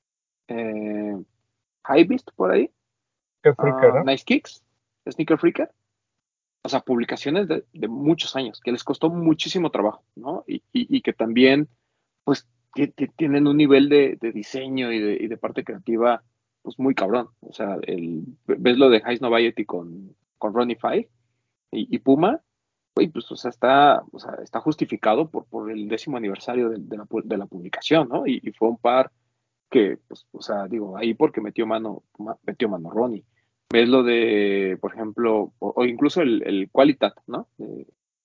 eh, Hypebeast por ahí, Qué freaker, uh, ¿no? Nice Kicks, Sneaker Freaker. O sea, publicaciones de, de, muchos años, que les costó muchísimo trabajo, ¿no? Y, y, y que también, pues, tienen un nivel de, de diseño y de, y de, parte creativa, pues, muy cabrón. O sea, el, ves lo de High Noviety con, con Ronnie Five y, y Puma, y pues, o sea, está, o sea, está justificado por, por el décimo aniversario de, de, la, de la publicación, ¿no? Y, y, fue un par que, pues, o sea, digo, ahí porque metió mano, metió mano Ronnie. Ves lo de, por ejemplo, o, o incluso el, el Qualitat, ¿no? De,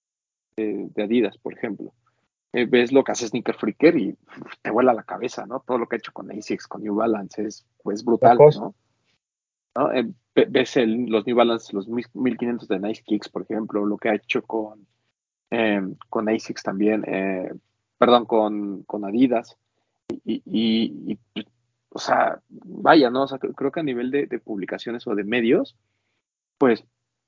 de, de Adidas, por ejemplo. Eh, ves lo que hace Sneaker Freaker y uf, te vuela la cabeza, ¿no? Todo lo que ha hecho con ASICS, con New Balance, es pues brutal, Locos. ¿no? ¿No? Eh, ves el, los New Balance, los mil quinientos de Nice Kicks, por ejemplo, lo que ha hecho con, eh, con ASICS también, eh, perdón, con, con Adidas. Y, y, y, o sea, vaya, ¿no? O sea, creo que a nivel de, de publicaciones o de medios, pues,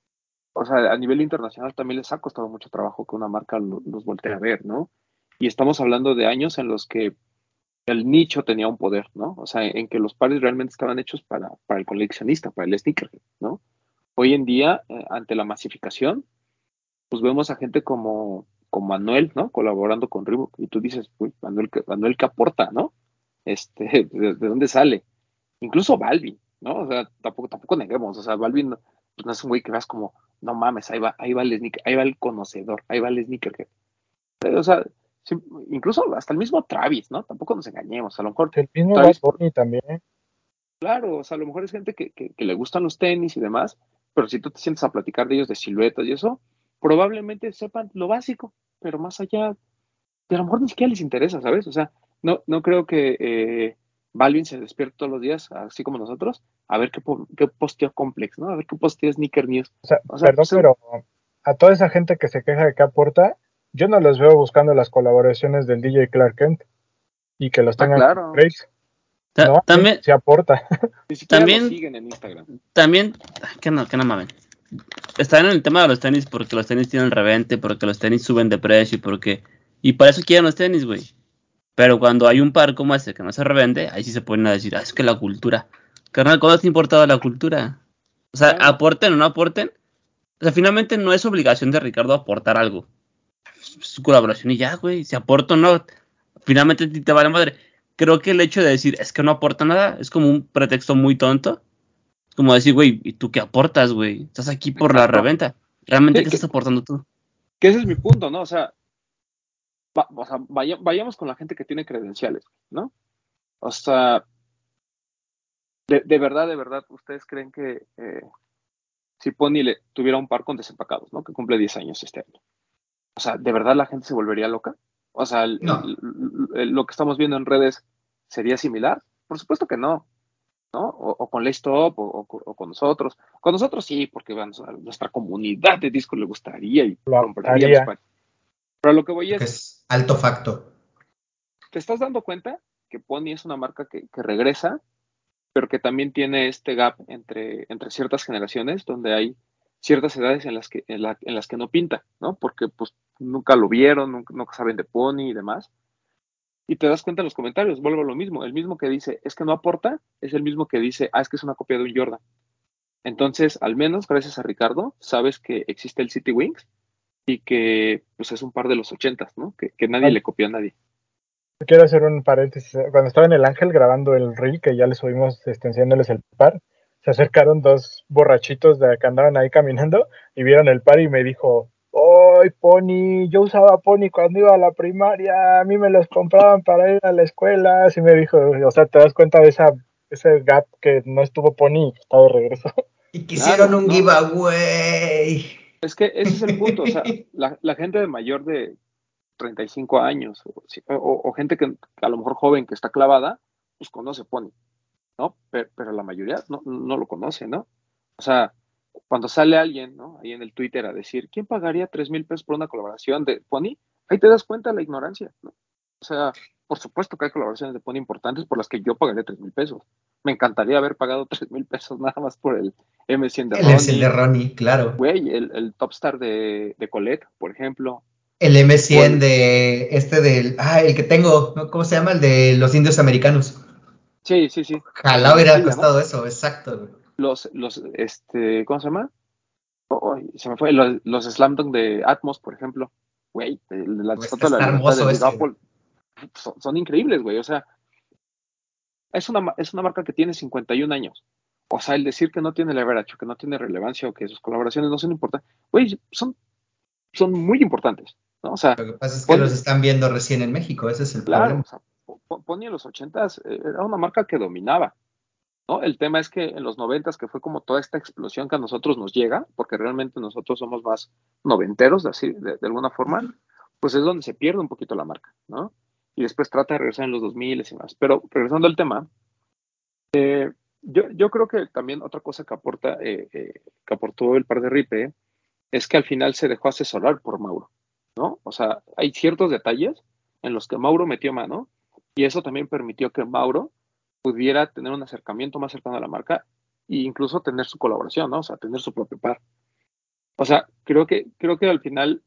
o sea, a nivel internacional también les ha costado mucho trabajo que una marca lo, los voltee a ver, ¿no? Y estamos hablando de años en los que el nicho tenía un poder, ¿no? O sea, en que los pares realmente estaban hechos para, para el coleccionista, para el sneakerhead, ¿no? Hoy en día, eh, ante la masificación, pues vemos a gente como, como Manuel, ¿no? Colaborando con Reebok, y tú dices, uy, Manuel, Manuel, ¿qué aporta, no? Este, ¿de, de dónde sale? Incluso Balvin, ¿no? O sea, tampoco, tampoco neguemos, o sea, Balvin no, pues no es un güey que veas como, no mames, ahí va, ahí va el sneaker, ahí va el conocedor, ahí va el sneakerhead. O sea, sí, incluso hasta el mismo Travis, ¿no? Tampoco nos engañemos, a lo mejor El mismo Bad Travis, Bunny también. claro, o sea, a lo mejor es gente que, que, que le gustan los tenis y demás, pero si tú te sientes a platicar de ellos, de siluetas y eso, probablemente sepan lo básico, pero más allá, y a lo mejor ni siquiera les interesa, ¿sabes? O sea, no, no creo que eh, Balvin se despierte todos los días, así como nosotros, a ver qué, qué posteo Complex, ¿no? A ver qué posteo Sneaker News. O sea, O sea, perdón, pues, pero a toda esa gente que se queja de qué aporta, yo no los veo buscando las colaboraciones del D J Clark Kent y que los ah, tengan con claro, Trace. Ta- No, a mí también, sí aporta. ni siquiera lo también, siguen en Instagram. también, que no, que no mamen. Está en el tema de los tenis porque los tenis tienen revente, porque los tenis suben de precio, porque y para eso quieren los tenis, güey. Pero cuando hay un par como este que no se revende, ahí sí se ponen a decir, ah, es que la cultura. Carnal, ¿cómo te ha importado la cultura? O sea, Claro. aporten o no aporten. O sea, finalmente no es obligación de Ricardo aportar algo. Es su colaboración y ya, güey. Si aporta o no, finalmente a ti te vale madre. Creo que el hecho de decir es que no aporta nada es como un pretexto muy tonto. Es como decir, güey, ¿y tú qué aportas, güey? Estás aquí por la Exacto. reventa. ¿Realmente Sí, qué que, estás aportando tú? que ese es mi punto, ¿no? O sea, va, o sea vaya, vayamos con la gente que tiene credenciales, ¿no? O sea, de, de verdad, de verdad, ¿ustedes creen que eh, si Pony le tuviera un par con desempacados, ¿no? Que cumple diez años este año? O sea, ¿de verdad la gente se volvería loca? O sea, el, No, el, el, lo que estamos viendo en redes sería similar? Por supuesto que no, ¿no? O, o con Lace Top o, o, o, con nosotros. Con nosotros sí, porque bueno, a nuestra comunidad de disco le gustaría y Lo compraríamos haría. para. Pero lo que voy porque es, es alto facto. ¿te estás dando cuenta que Pony es una marca que, que regresa, pero que también tiene este gap entre, entre ciertas generaciones, donde hay ciertas edades en las que, en, la, en las que no pinta, ¿no? Porque pues nunca lo vieron, nunca, nunca saben de Pony y demás. Y te das cuenta en los comentarios, vuelvo a lo mismo. El mismo que dice, es que no aporta, es el mismo que dice, ah, es que es una copia de un Jordan. Entonces, al menos gracias a Ricardo, sabes que existe el City Wings y que pues es un par de los ochentas, ¿no? Que, que nadie Ah, le copió a nadie. quiero hacer un paréntesis. Cuando estaba en el Ángel grabando el reel, que ya les subimos este, enseñándoles el par, se acercaron dos borrachitos de que andaban ahí caminando y vieron el par y me dijo, ¡ay, Pony! Yo usaba Pony cuando iba a la primaria, a mí me los compraban para ir a la escuela. Así me dijo, o sea, te das cuenta de esa ese gap que no estuvo Pony y que está de regreso. Y quisieron Claro, un no. giveaway. Es que ese es el punto, o sea, la, la gente de mayor de treinta y cinco años o, o- o gente que a lo mejor joven que está clavada, pues conoce Pony, ¿no? Pero, pero la mayoría no, no lo conoce, ¿no? O sea, cuando sale alguien, ¿no? Ahí en el Twitter a decir, ¿quién pagaría tres mil pesos por una colaboración de Pony? Ahí te das cuenta de la ignorancia, ¿no? O sea, por supuesto que hay colaboraciones de Pony importantes por las que yo pagaría tres mil pesos. Me encantaría haber pagado tres mil pesos nada más por el M cien de El M cien de Ronnie, Ronnie, claro. güey, el, el Top Star de, de Colette, por ejemplo. El M O cien el, de este del. Ah, el que tengo, ¿no? ¿Cómo se llama? El de los indios americanos. sí, sí, sí, el de Ojalá hubiera mezclilla, ¿no? costado eso, exacto, güey. Los, los, este, ¿cómo se llama? Oh, se me fue, los, los Slam Dunk de Atmos, por ejemplo. Güey, el de la Pues Estatua de la está Libertad del hermoso Big ese, güey. Apple, son, son increíbles, güey. O sea, es una, es una marca que tiene cincuenta y un años. O sea, el decir que no tiene leverage, que no tiene relevancia o que sus colaboraciones no son importantes, güey, son, son muy importantes, ¿no? O sea, Lo que pasa es que los Pony, están viendo recién en México, ese es el claro, problema. o sea, Pony en los ochentas eh, era una marca que dominaba, ¿no? El tema es que en los noventas, que fue como toda esta explosión que a nosotros nos llega, porque realmente nosotros somos más noventeros, así, de, de alguna forma, pues es donde se pierde un poquito la marca, ¿no? Y después trata de regresar en los dos mil y más. Pero regresando al tema, yo, yo creo que también otra cosa que aporta, eh, eh, que aportó el par de Ripe, es que al final se dejó asesorar por Mauro, ¿no? O sea, hay ciertos detalles en los que Mauro metió mano y eso también permitió que Mauro pudiera tener un acercamiento más cercano a la marca e incluso tener su colaboración, ¿no? O sea, tener su propio par. O sea, creo que, creo que al final,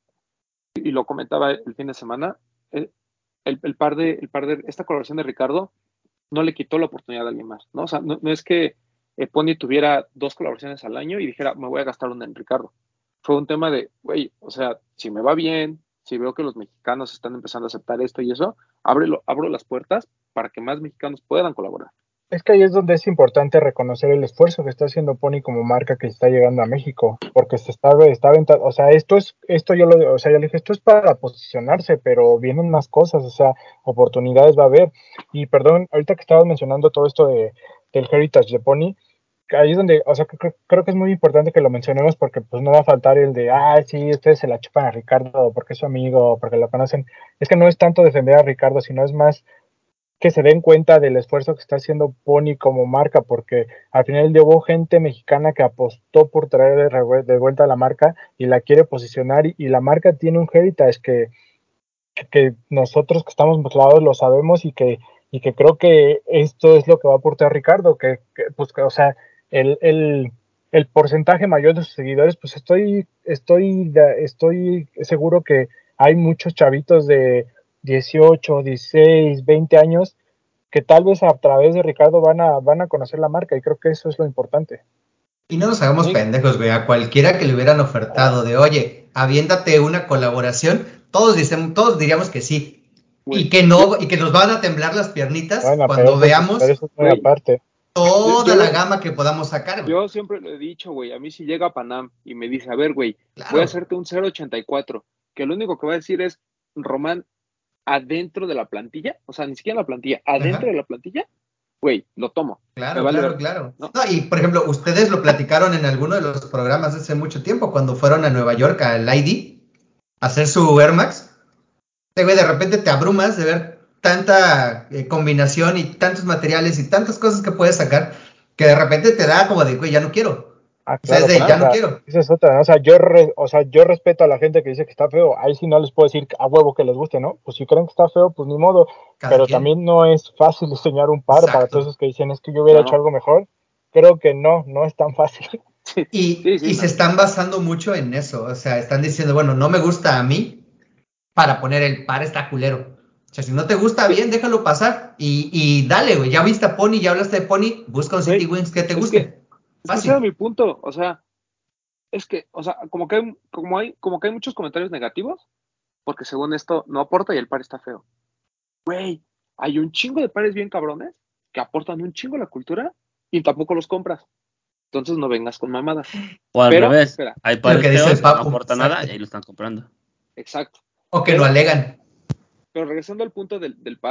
y lo comentaba el fin de semana, el, el, el par de, el par de esta colaboración de Ricardo no le quitó la oportunidad a alguien más, ¿no? O sea, no, no es que eh, Pony tuviera dos colaboraciones al año y dijera, me voy a gastar una en Ricardo. Fue un tema de, güey, o sea, si me va bien, si veo que los mexicanos están empezando a aceptar esto y eso, ábrelo, abro las puertas para que más mexicanos puedan colaborar. Es que ahí es donde es importante reconocer el esfuerzo que está haciendo Pony como marca que está llegando a México, porque se está, está aventando, o sea, esto es, esto yo lo, o sea, yo le dije, esto es para posicionarse, pero vienen más cosas, o sea, oportunidades va a haber. Y perdón, ahorita que estabas mencionando todo esto de, del heritage de Pony, ahí es donde, o sea, creo, creo que es muy importante que lo mencionemos porque pues no va a faltar el de, ah, sí, ustedes se la chupan a Ricardo porque es su amigo, porque lo conocen. Es que no es tanto defender a Ricardo, sino es más que se den cuenta del esfuerzo que está haciendo Pony como marca, porque al final hubo gente mexicana que apostó por traer de, de vuelta a la marca y la quiere posicionar y, y la marca tiene un heritage que, que nosotros que estamos mezclados lo sabemos y que, y que creo que esto es lo que va a aportar Ricardo, que, que pues que, o sea, el, el, el porcentaje mayor de sus seguidores, pues estoy, estoy, estoy seguro que hay muchos chavitos de dieciocho, dieciséis, veinte años que tal vez a través de Ricardo van a, van a conocer la marca y creo que eso es lo importante. Y no nos hagamos Sí, pendejos, güey. A cualquiera que le hubieran ofertado de, oye, aviéntate una colaboración, todos, dicen, todos diríamos que sí. Y güey, que yo, no, y que nos van a temblar las piernitas Bueno, pero cuando eso es, pero veamos eso es muy güey, aparte. yo, toda yo la lo, gama que podamos sacar, güey. yo siempre lo he dicho, güey, a mí si llega Panam y me dice, a ver, güey, voy a Claro, hacerte un cero ochenta y cuatro, que lo único que va a decir es, Román, adentro de la plantilla, o sea, ni siquiera en la plantilla, adentro de ajá, la plantilla, güey, lo tomo, me claro, vale claro, ver, claro. ¿no? No, y por ejemplo, ustedes lo platicaron en alguno de los programas hace mucho tiempo, cuando fueron a Nueva York al I D a hacer su Air Max. Te, güey, de repente te abrumas de ver tanta eh, combinación y tantos materiales y tantas cosas que puedes sacar que de repente te da como de, güey, ya no quiero. Ah, O sea, es claro, de, porque, o ya no Claro, sea, quiero. esa es otra, ¿no? O sea, yo, re, o sea, yo respeto a la gente que dice que está feo. Ahí sí no les puedo decir a huevo que les guste, ¿no? Pues si creen que está feo, pues ni modo. Cada Pero quien. también no es fácil diseñar un par para todos Exacto. esos que dicen es que yo hubiera hecho claro, algo mejor. Creo que no, no es tan fácil. sí, Y, sí, sí, y se no, están basando mucho en eso. O sea, están diciendo, bueno, no me gusta a mí para poner el par está culero. O sea, si no te gusta sí, bien, déjalo pasar. Y, y dale, güey. Ya viste a Pony, ya hablaste de Pony, busca un City güey, Wings que te es que, guste. es que ese era Fácil. mi punto, o sea, es que, o sea, como que hay, como hay, como que hay muchos comentarios negativos, porque según esto no aporta y el par está feo. Güey, hay un chingo de pares bien cabrones que aportan un chingo a la cultura y tampoco los compras. Entonces no vengas con mamadas. O al Pero, revés, espera, hay Lo que pares dice el feos que no Papu. aportan nada Exacto. y ahí lo están comprando. exacto. O que no Pero, alegan. pero regresando al punto del, del par,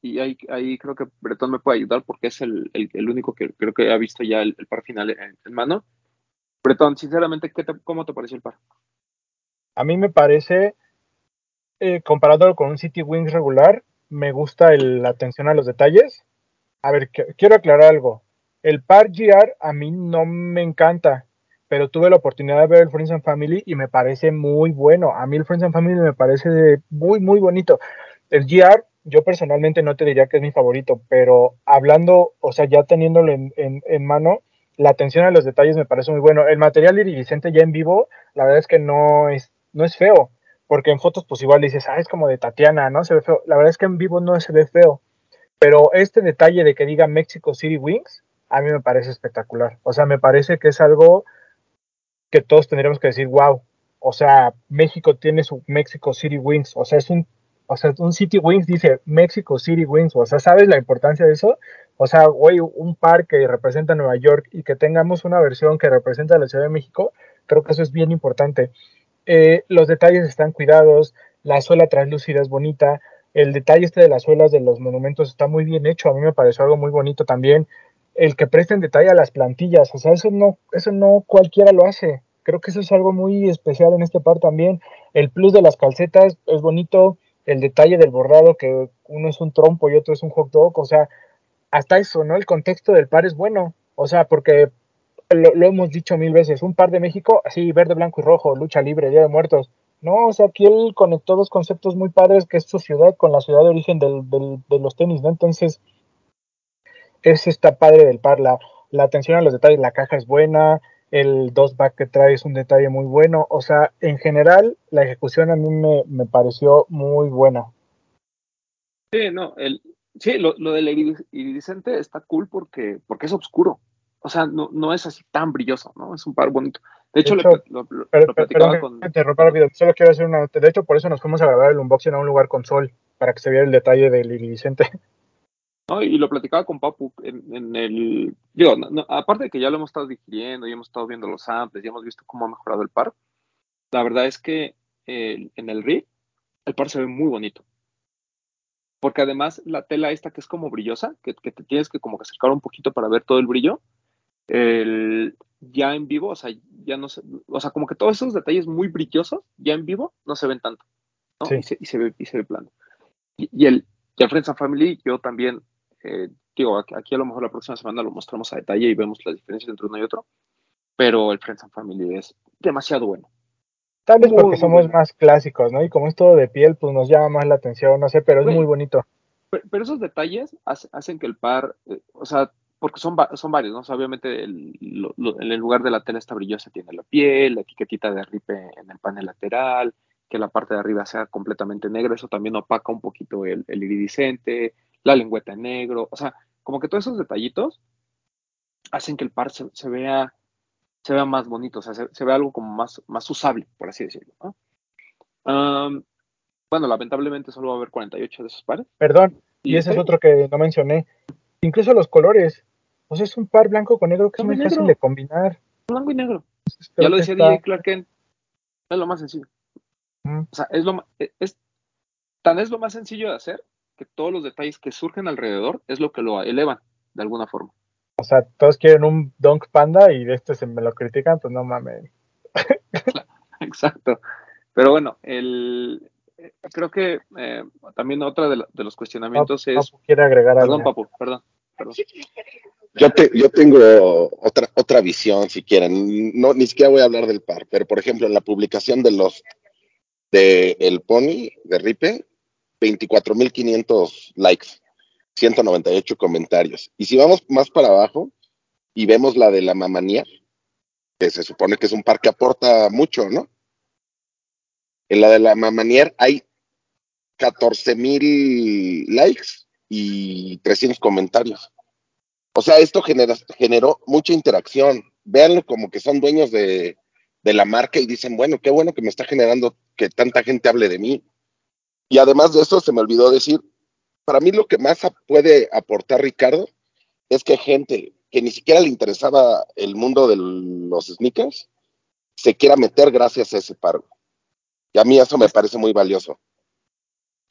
y ahí, ahí creo que Bretón me puede ayudar porque es el, el, el único que creo que ha visto ya el, el par final en, en mano. Bretón, sinceramente, ¿qué te, ¿cómo te pareció el par? A mí me parece, eh, comparándolo con un City Wings regular, me gusta el- la atención a los detalles. A ver, que- quiero aclarar algo. El par G R a mí no me encanta, pero tuve la oportunidad de ver el Friends and Family y me parece muy bueno. A mí el Friends and Family me parece muy, muy bonito. El G R, yo personalmente no te diría que es mi favorito, pero hablando, o sea, ya teniéndolo en, en, en mano, la atención a los detalles me parece muy bueno. El material iridiscente ya en vivo, la verdad es que no es, no es feo, porque en fotos pues igual dices, ah, es como de Tatiana, ¿no? Se ve feo. La verdad es que en vivo no se ve feo. Pero este detalle de que diga Mexico City Wings, a mí me parece espectacular. O sea, me parece que es algo que todos tendríamos que decir, wow. O sea, México tiene su Mexico City Wings. O sea, es un, o sea, un City Wings dice Mexico City Wings. O sea, ¿sabes la importancia de eso? O sea, güey, un par que representa Nueva York y que tengamos una versión que representa la Ciudad de México, creo que eso es bien importante. Eh, los detalles están cuidados, la suela translúcida es bonita, el detalle este de las suelas de los monumentos está muy bien hecho, a mí me pareció algo muy bonito también. El que presten detalle a las plantillas, o sea, eso no, eso no cualquiera lo hace. Creo que eso es algo muy especial en este par también. El plus de las calcetas es bonito, el detalle del bordado, que uno es un trompo y otro es un hot dog, o sea, hasta eso, ¿no? El contexto del par es bueno, o sea, porque lo, lo, hemos dicho mil veces, un par de México, así, verde, blanco y rojo, lucha libre, Día de Muertos. No, o sea, aquí él conectó dos conceptos muy padres, que es su ciudad con la ciudad de origen del, del, de los tenis, ¿no? Entonces, es esta padre del par, la, la atención a los detalles, la caja es buena, el dos back que trae es un detalle muy bueno, o sea, en general, la ejecución a mí me, me pareció muy buena. Sí, no, el, sí, lo, lo del iridiscente está cool porque, porque es oscuro. O sea, no, no es así tan brilloso, ¿no? Es un par bonito. De De hecho, hecho, lo, lo, lo, per, lo per, perdón platicaba que con... te interrumpa Perdón. rápido, solo quiero hacer una... De hecho, por eso nos fuimos a grabar el unboxing a un lugar con sol, para que se viera el detalle del iridiscente. ¿No? Y lo platicaba con Papu en, en el... Digo, no, no, aparte de que ya lo hemos estado digiriendo y hemos estado viendo los samples y hemos visto cómo ha mejorado el par, la verdad es que eh, en el rig el par se ve muy bonito. Porque además la tela esta que es como brillosa, que, que te tienes que como que acercar un poquito para ver todo el brillo, el, ya en vivo, o sea, ya no se, o sea, como que todos esos detalles muy brillosos, ya en vivo, no se ven tanto, ¿no? Sí. Y se, y se ve, y se ve plano. Y, y el, y el Friends and Family, yo también, eh, digo, aquí, aquí a lo mejor la próxima semana lo mostramos a detalle y vemos las diferencias entre uno y otro, pero el Friends and Family es demasiado bueno. Tal vez porque Muy, muy somos bueno. más clásicos, ¿no? Y como es todo de piel, pues nos llama más la atención, no sé, pero es Güey, muy bonito. pero, pero esos detalles hace, hacen que el par, eh, o sea, porque son, va, son varios, ¿no? O sea, obviamente el, lo, lo, en el lugar de la tela esta brillosa tiene la piel, la etiquetita de ripe en el panel lateral, que la parte de arriba sea completamente negra, eso también opaca un poquito el, el iridiscente, la lengüeta en negro, o sea, como que todos esos detallitos hacen que el par se, se vea, se vea más bonito, o sea, se, se vea algo como más, más usable, por así decirlo, ¿no? Um, bueno, lamentablemente solo va a haber cuarenta y ocho de esos pares. Perdón, y Y ese está es bien, otro que no mencioné. Incluso los colores. O sea, es un par blanco con negro que es blanco muy y fácil de negro, combinar. blanco y negro. Entonces, Ya creo lo que decía D J está... Clark Kent, es lo más sencillo. Mm. O sea, es lo, es, tan es lo más sencillo de hacer que todos los detalles que surgen alrededor es lo que lo elevan de alguna forma. O sea, todos quieren un Dunk Panda y de este se me lo critican, pues no mames. Exacto. Pero bueno, el, creo que eh, también otra de, la, de los Papu, cuestionamientos es, Papu quiere agregar perdón, algo. Papu, perdón, perdón. Yo, te, yo tengo otra, otra visión, si quieren. No, ni siquiera voy a hablar del par, pero por ejemplo, en la publicación de los de El Pony de Ripe, veinticuatro mil quinientos likes, ciento noventa y ocho comentarios. Y si vamos más para abajo y vemos la de la Mamanier, que se supone que es un par que aporta mucho, ¿no? En la de la Mamanier hay catorce mil likes y trescientos comentarios. O sea, esto genera, generó mucha interacción. Véanlo como que son dueños de, de la marca y dicen, bueno, qué bueno que me está generando que tanta gente hable de mí. Y además de eso, se me olvidó decir, para mí lo que más puede aportar Ricardo es que gente que ni siquiera le interesaba el mundo de los sneakers se quiera meter gracias a ese paro. Y a mí eso me parece muy valioso.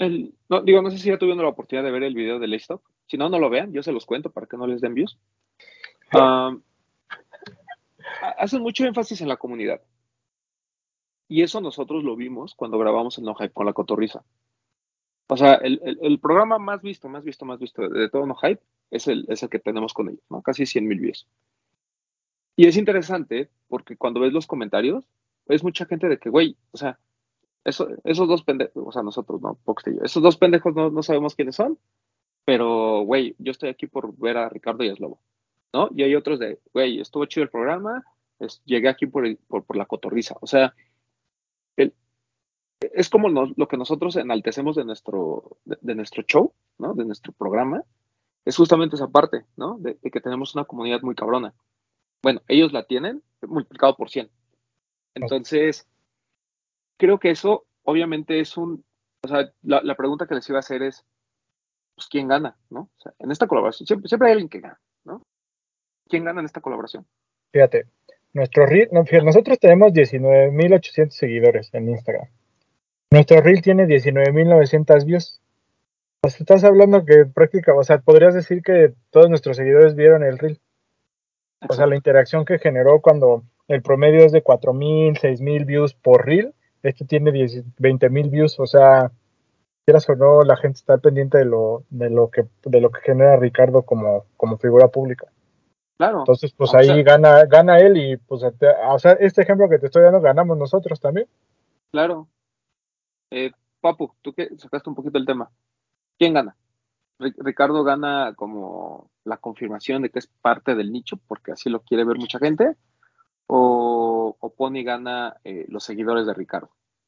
El, no, digo, no sé si ya tuvieron la oportunidad de ver el video de Laystop. Si no, no lo vean, yo se los cuento para que no les den views. Um, hacen mucho énfasis en la comunidad. Y eso nosotros lo vimos cuando grabamos el No Hype con la Cotorrisa. O sea, el, el, el programa más visto, más visto, más visto de, de todo No Hype es el, es el que tenemos con ellos, ¿no? Casi cien mil views. Y es interesante porque cuando ves los comentarios, ves mucha gente de que, güey, o sea, eso, esos dos pendejos, o sea, nosotros, no, Pox y yo, esos dos pendejos no, no sabemos quiénes son, pero, güey, yo estoy aquí por ver a Ricardo y a Slobo, ¿no? Y hay otros de, güey, estuvo chido el programa, es, llegué aquí por, el, por, por la Cotorrisa. O sea, el, es como nos, lo que nosotros enaltecemos de nuestro, de, de nuestro show, ¿no? De nuestro programa, es justamente esa parte, ¿no? De, de que tenemos una comunidad muy cabrona. Bueno, ellos la tienen multiplicado por cien. Entonces, creo que eso obviamente es un, o sea, la, la pregunta que les iba a hacer es, pues, ¿quién gana, no? O sea, en esta colaboración, siempre, siempre hay alguien que gana, ¿no? ¿Quién gana en esta colaboración? Fíjate, nuestro reel, no, fíjate, nosotros tenemos diecinueve mil ochocientos seguidores en Instagram. Nuestro reel tiene diecinueve mil novecientos views. Pues estás hablando que prácticamente, o sea, podrías decir que todos nuestros seguidores vieron el reel. O sea, la interacción que generó cuando el promedio es de cuatro mil, seis mil views por reel, este tiene veinte mil views, o sea, quieras o no, la gente está pendiente de lo, de lo que, de lo que genera Ricardo como, como figura pública. Claro. Entonces, pues Aunque ahí sea, gana, gana él y pues, o sea, este ejemplo que te estoy dando, ganamos nosotros también. claro. Eh, Papu, tú que sacaste un poquito el tema. ¿Quién gana? Ricardo gana como la confirmación de que es parte del nicho, porque así lo quiere ver mucha gente, o, o Pony gana eh, los seguidores de Ricardo.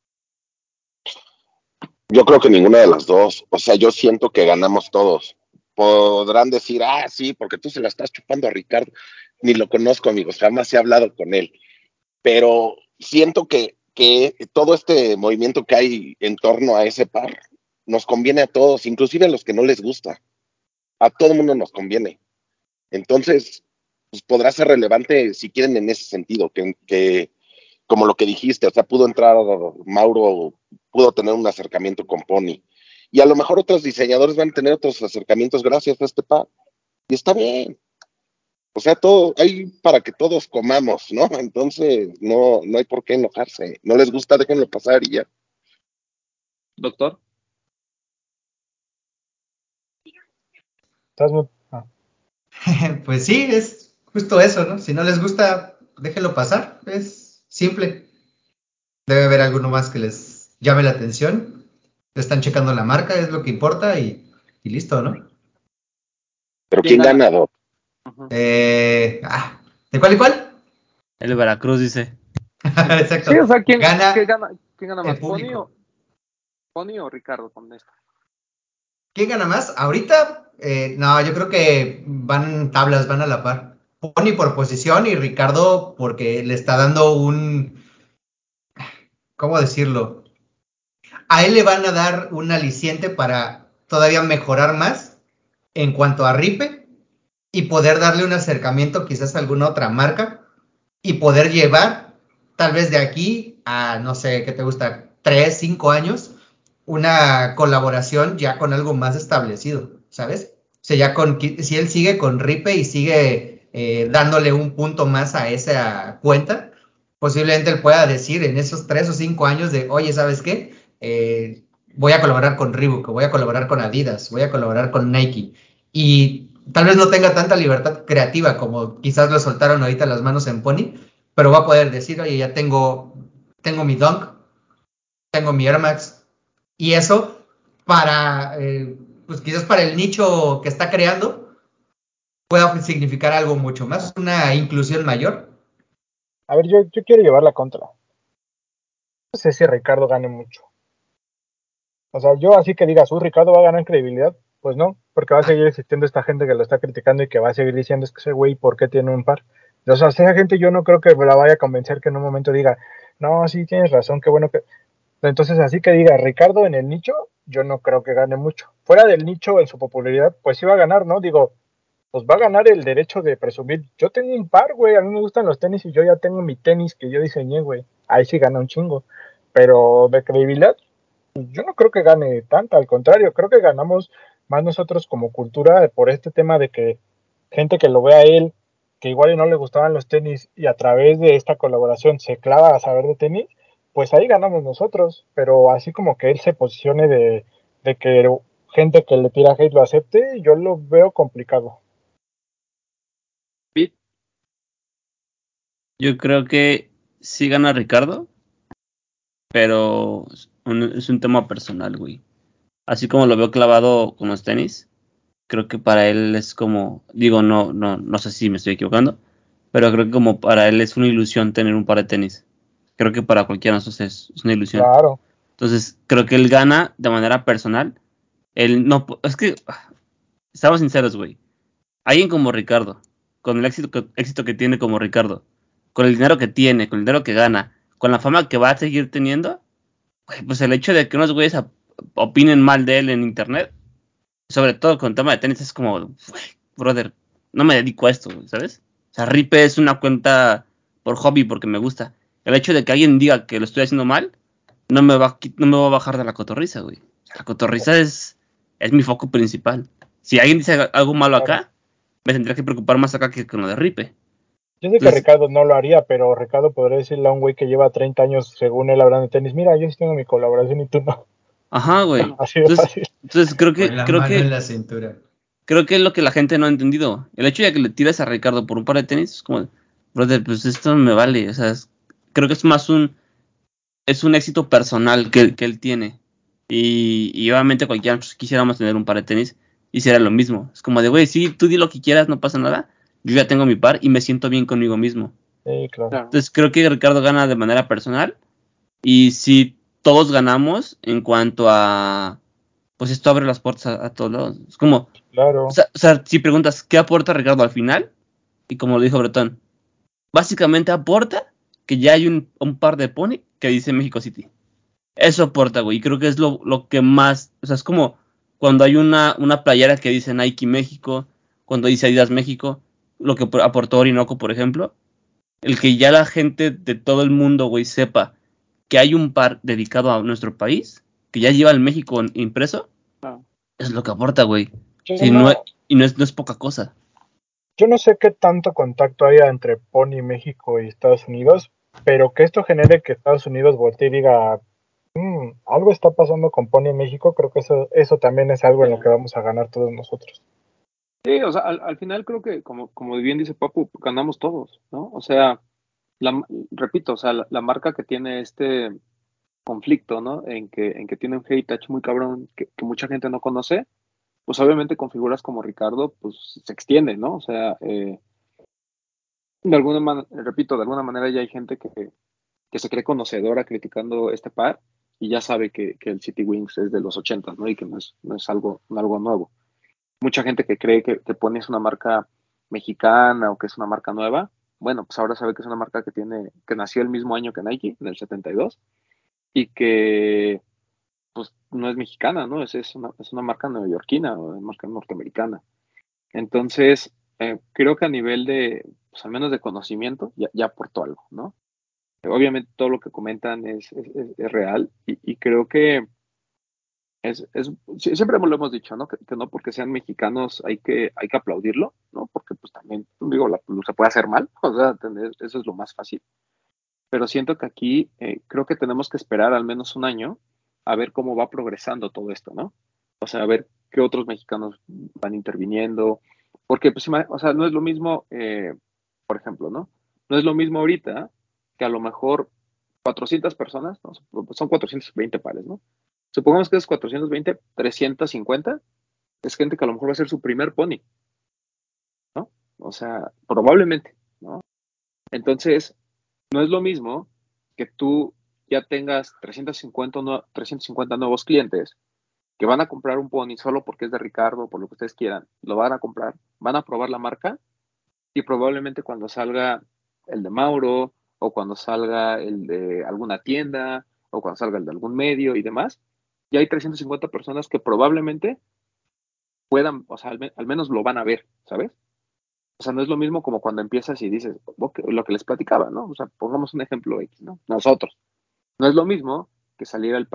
Yo creo que ninguna de las dos. O sea, yo siento que ganamos todos. Podrán decir, ah, sí, porque tú se la estás chupando a Ricardo. Ni lo conozco, amigos, jamás he hablado con él. Pero siento que, que todo este movimiento que hay en torno a ese par nos conviene a todos, inclusive a los que no les gusta. A todo el mundo nos conviene. Entonces, pues podrá ser relevante si quieren en ese sentido, que, que como lo que dijiste, o sea, pudo entrar Mauro, pudo tener un acercamiento con Pony. Y a lo mejor otros diseñadores van a tener otros acercamientos gracias a este par. Y está bien. O sea, todo, hay para que todos comamos, ¿no? Entonces, no, no hay por qué enojarse. No les gusta, déjenlo pasar y ya. Doctor. Estás muy... ah. Pues sí, es justo eso, ¿no? Si no les gusta, déjenlo pasar. Es simple. Debe haber alguno más que les llame la atención. Están checando la marca, es lo que importa y, y listo, ¿no? Pero ¿Quién ¿quién gana? gana, Doc? Uh-huh. Eh, ah, ¿de cuál y cuál? El de Veracruz dice. Sí, o Exacto. sea, ¿quién ¿quién Gana gana, quién gana el más? ¿Pony o, público. Pony o Ricardo con esto? ¿Quién gana más? Ahorita, eh, no, yo creo que van tablas, van a la par. Pony por posición y Ricardo porque le está dando un, ¿cómo decirlo? A él le van a dar un aliciente para todavía mejorar más en cuanto a Ripe y poder darle un acercamiento quizás a alguna otra marca y poder llevar tal vez de aquí a, no sé, ¿qué te gusta? Tres, cinco años, una colaboración ya con algo más establecido, ¿sabes? O sea, ya con, si él sigue con Ripe y sigue eh, dándole un punto más a esa cuenta, posiblemente él pueda decir en esos tres o cinco años de, oye, ¿sabes qué? Eh, voy a colaborar con Reebok, voy a colaborar con Adidas, voy a colaborar con Nike. Y tal vez no tenga tanta libertad creativa como quizás lo soltaron ahorita las manos en Pony, pero va a poder decir, oye, ya tengo, tengo mi Dunk, tengo mi Air Max, y eso para, eh, pues quizás para el nicho que está creando, pueda significar algo mucho más, una inclusión mayor. A ver, yo, yo quiero llevar la contra. No sé si Ricardo gane mucho. O sea, yo así que digas, uy, Ricardo va a ganar credibilidad, pues no, porque va a seguir existiendo esta gente que lo está criticando y que va a seguir diciendo, es que ese güey, ¿por qué tiene un par? O sea, esa gente yo no creo que me la vaya a convencer que en un momento diga, no, sí, tienes razón, qué bueno que... Entonces, así que diga, Ricardo en el nicho, yo no creo que gane mucho. Fuera del nicho, en su popularidad, pues sí va a ganar, ¿no? Digo, pues va a ganar el derecho de presumir. Yo tengo un par, güey, a mí me gustan los tenis y yo ya tengo mi tenis que yo diseñé, güey. Ahí sí gana un chingo. Pero de credibilidad, Yo no creo que gane tanto, al contrario, creo que ganamos más nosotros como cultura por este tema de que gente que lo ve a él, que igual y no le gustaban los tenis y a través de esta colaboración se clava a saber de tenis, pues ahí ganamos nosotros, pero así como que él se posicione de, de que gente que le tira hate lo acepte, yo lo veo complicado. Bit, Yo creo que sí gana Ricardo, pero es un, es un tema personal, güey. Así como lo veo clavado con los tenis, creo que para él es como, digo, no, no, no sé si me estoy equivocando, pero creo que como para él es una ilusión tener un par de tenis. Creo que para cualquiera de nosotros es, es una ilusión. Claro, Entonces, creo que él gana de manera personal. Él no, po- es que, ah, estamos sinceros, güey. Alguien como Ricardo, con el éxito que, éxito que tiene como Ricardo, con el dinero que tiene, con el dinero que gana, con la fama que va a seguir teniendo, güey, pues el hecho de que unos güeyes a- opinen mal de él en internet, sobre todo con el tema de tenis, es como, güey, brother, no me dedico a esto, güey, ¿sabes? O sea, Ripe es una cuenta por hobby, porque me gusta. El hecho de que alguien diga que lo estoy haciendo mal, no me va, a qui- no me va a bajar de la cotorriza, güey. O sea, la cotorriza es, es mi foco principal. Si alguien dice algo malo claro. acá, me tendría que preocupar más acá que con lo de Ripe. Yo sé que Entonces, Ricardo no lo haría, pero Ricardo podría decirle a un güey que lleva treinta años, según él, hablando de tenis, mira, yo sí tengo mi colaboración y tú no. ajá, güey. Así de Entonces, fácil. entonces creo Con que, la creo mano en que, la cintura. creo que es lo que la gente no ha entendido. El hecho de que le tires a Ricardo por un par de tenis, es como, brother, pues esto me vale. O sea, es- creo que es más un, es un éxito personal que, que él tiene. Y, y obviamente cualquiera de nosotros quisiéramos tener un par de tenis y hiciera lo mismo. Es como de, güey, sí, tú di lo que quieras, no pasa nada. Yo ya tengo mi par y me siento bien conmigo mismo. Sí, claro. claro. Entonces creo que Ricardo gana de manera personal. Y si todos ganamos en cuanto a, pues esto abre las puertas a, a todos lados. Es como, o Claro. sea, o sea, si preguntas qué aporta Ricardo al final, y como lo dijo Bretón, básicamente aporta que ya hay un, un par de pony que dice México City. Eso aporta, güey. Y creo que es lo, lo que más, o sea, es como cuando hay una, una playera que dice Nike México, cuando dice Adidas México, lo que aportó Orinoco, por ejemplo, el que ya la gente de todo el mundo, güey, sepa que hay un par dedicado a nuestro país, que ya lleva el México impreso, claro. es lo que aporta, güey. Yo Sí, no es- no, y no es, no es poca cosa. yo no sé qué tanto contacto haya entre Pony México y Estados Unidos, pero que esto genere que Estados Unidos voltee y diga, "Mm, algo está pasando con Pony México", creo que eso, eso también es algo en lo que vamos a ganar todos nosotros. Sí, o sea, al, al final creo que, como, como bien dice Papu, ganamos todos, ¿no? O sea, la, repito, o sea, la, la marca que tiene este conflicto, ¿no? En que, en que tiene un heritage muy cabrón que, que mucha gente no conoce, pues obviamente con figuras como Ricardo, pues se extiende, ¿no? O sea, eh, de alguna manera, repito, de alguna manera ya hay gente que, que se cree conocedora criticando este par y ya sabe que, que el City Wings es de los ochentas, ¿no? Y que no es, no es algo, algo nuevo. Mucha gente que cree que, que Pony es una marca mexicana o que es una marca nueva, bueno, pues ahora sabe que es una marca que tiene, que nació el mismo año que Nike, en el setenta y dos, y que pues no es mexicana, ¿no? Es, es, una, es una marca neoyorquina o una marca norteamericana. Entonces, eh, creo que a nivel de, pues al menos de conocimiento, ya, ya aportó algo, ¿no? Obviamente todo lo que comentan es, es, es- es real y, y creo que es, es, sí, siempre lo hemos dicho, ¿no? Que, que no porque sean mexicanos hay que, hay que aplaudirlo, ¿no? Porque pues también, digo, la- se puede hacer mal, o sea, tener- eso es lo más fácil. Pero siento que aquí eh, creo que tenemos que esperar al menos un año a ver cómo va progresando todo esto, ¿no? O sea, a ver qué otros mexicanos van interviniendo, porque pues, ima- o sea, no es lo mismo, eh, por ejemplo, ¿no? No es lo mismo ahorita que a lo mejor cuatrocientas personas, ¿no? Son cuatrocientos veinte pares, ¿no? Supongamos que es cuatrocientos veinte, trescientos cincuenta es gente que a lo mejor va a ser su primer pony, ¿no? O sea, probablemente, ¿no? Entonces, no es lo mismo que tú ya tengas trescientos cincuenta, no- trescientos cincuenta nuevos clientes que van a comprar un pony solo porque es de Ricardo, por lo que ustedes quieran, lo van a comprar, van a probar la marca y probablemente cuando salga el de Mauro o cuando salga el de alguna tienda o cuando salga el de algún medio y demás, ya hay trescientas cincuenta personas que probablemente puedan, o sea, al, me- al menos lo van a ver, ¿sabes? O sea, no es lo mismo como cuando empiezas y dices, ok, lo que les platicaba, ¿no? O sea, pongamos un ejemplo X, ¿no? Nosotros. No es lo mismo que saliera el par de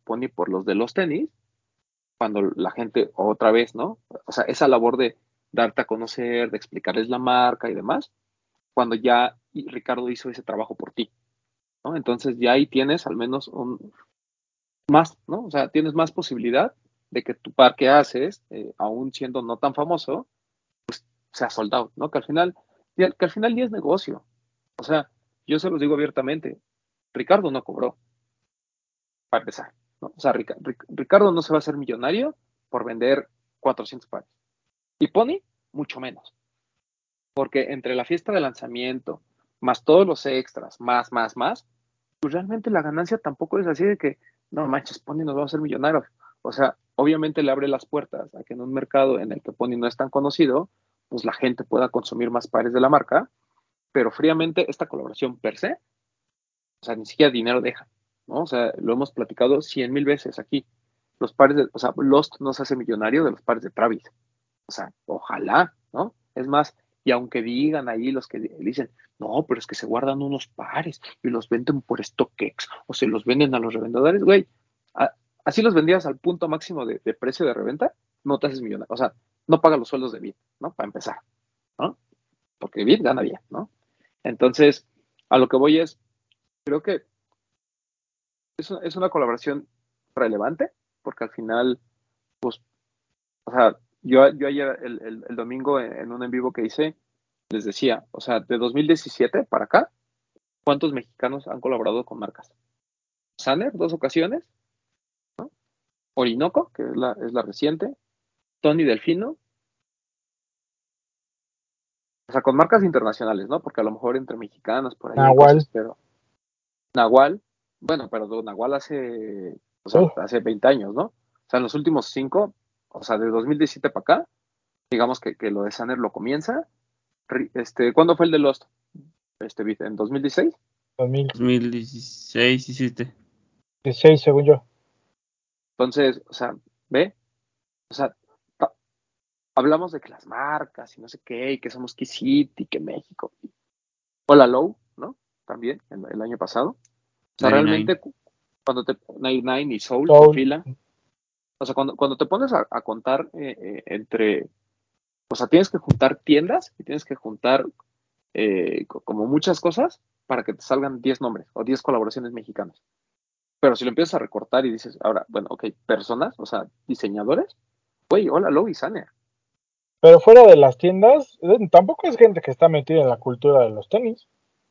Pony por los de los tenis, cuando la gente otra vez, ¿no? O sea, esa labor de darte a conocer, de explicarles la marca y demás, cuando ya Ricardo hizo ese trabajo por ti, ¿no? Entonces ya ahí tienes al menos un más, ¿no? O sea, tienes más posibilidad de que tu par que haces, eh, aún siendo no tan famoso, pues sea sold out, ¿no? Que al final, que al final ni es negocio. O sea, yo se los digo abiertamente, Ricardo no cobró, para empezar, ¿no? O sea, Ric Ric Ricardo no se va a hacer millonario por vender cuatrocientos pares. Y Pony, mucho menos. Porque entre la fiesta de lanzamiento, más todos los extras, más, más, más, pues realmente la ganancia tampoco es así de que, no manches, Pony nos va a hacer millonarios. O sea, obviamente le abre las puertas a que en un mercado en el que Pony no es tan conocido, pues la gente pueda consumir más pares de la marca, pero fríamente esta colaboración per se, o sea, ni siquiera dinero deja, ¿no? O sea, lo hemos platicado cien mil veces aquí. Los pares de, o sea, Lost no se hace millonario de los pares de Travis. O sea, ojalá, ¿no? Es más, y aunque digan ahí los que dicen, no, pero es que se guardan unos pares y los venden por StockX o se los venden a los revendedores, güey, a, así los vendías al punto máximo de, de precio de reventa, no te haces millonario. O sea, no pagas los sueldos de Bit, ¿no? Para empezar, ¿no? Porque Bit gana bien, ¿no? Entonces, a lo que voy es, creo que es, es una colaboración relevante, porque al final, pues, o sea, yo, yo ayer, el, el, el domingo, en, en un en vivo que hice, les decía, o sea, de dos mil diecisiete para acá, ¿cuántos mexicanos han colaborado con marcas? Sanner, dos ocasiones, ¿no? Orinoco, que es la, es la reciente, Tony Delfino, o sea, con marcas internacionales, ¿no? Porque a lo mejor entre mexicanas, por ahí hay Nahual. cosas, pero Nahual, bueno, pero Nahual hace, o sea, Uh, hace veinte años, ¿no? O sea, en los últimos cinco, o sea, de dos mil diecisiete para acá, digamos que, que lo de Sanner lo comienza. Este, ¿cuándo fue el de Lost? Este, ¿en dos mil dieciséis? dos mil dos mil dieciséis, diecisiete. dieciséis, según yo. Entonces, o sea, ve, o sea, ta- hablamos de que las marcas y no sé qué, y que somos Key City, que México. Hola Low, ¿no? También, el, el año pasado. O sea, noventa y nueve. realmente, cu- cuando te, noventa y nueve y Soul, y Soul. Fila, o sea, cuando, cuando te pones a, a contar eh, eh, entre, o sea, tienes que juntar tiendas y tienes que juntar eh, co- como muchas cosas para que te salgan diez nombres o diez colaboraciones mexicanas. Pero si lo empiezas a recortar y dices, ahora, bueno, ok, personas, o sea, diseñadores, güey, hola, Low y Sanner. Pero fuera de las tiendas, eh, tampoco es gente que está metida en la cultura de los tenis.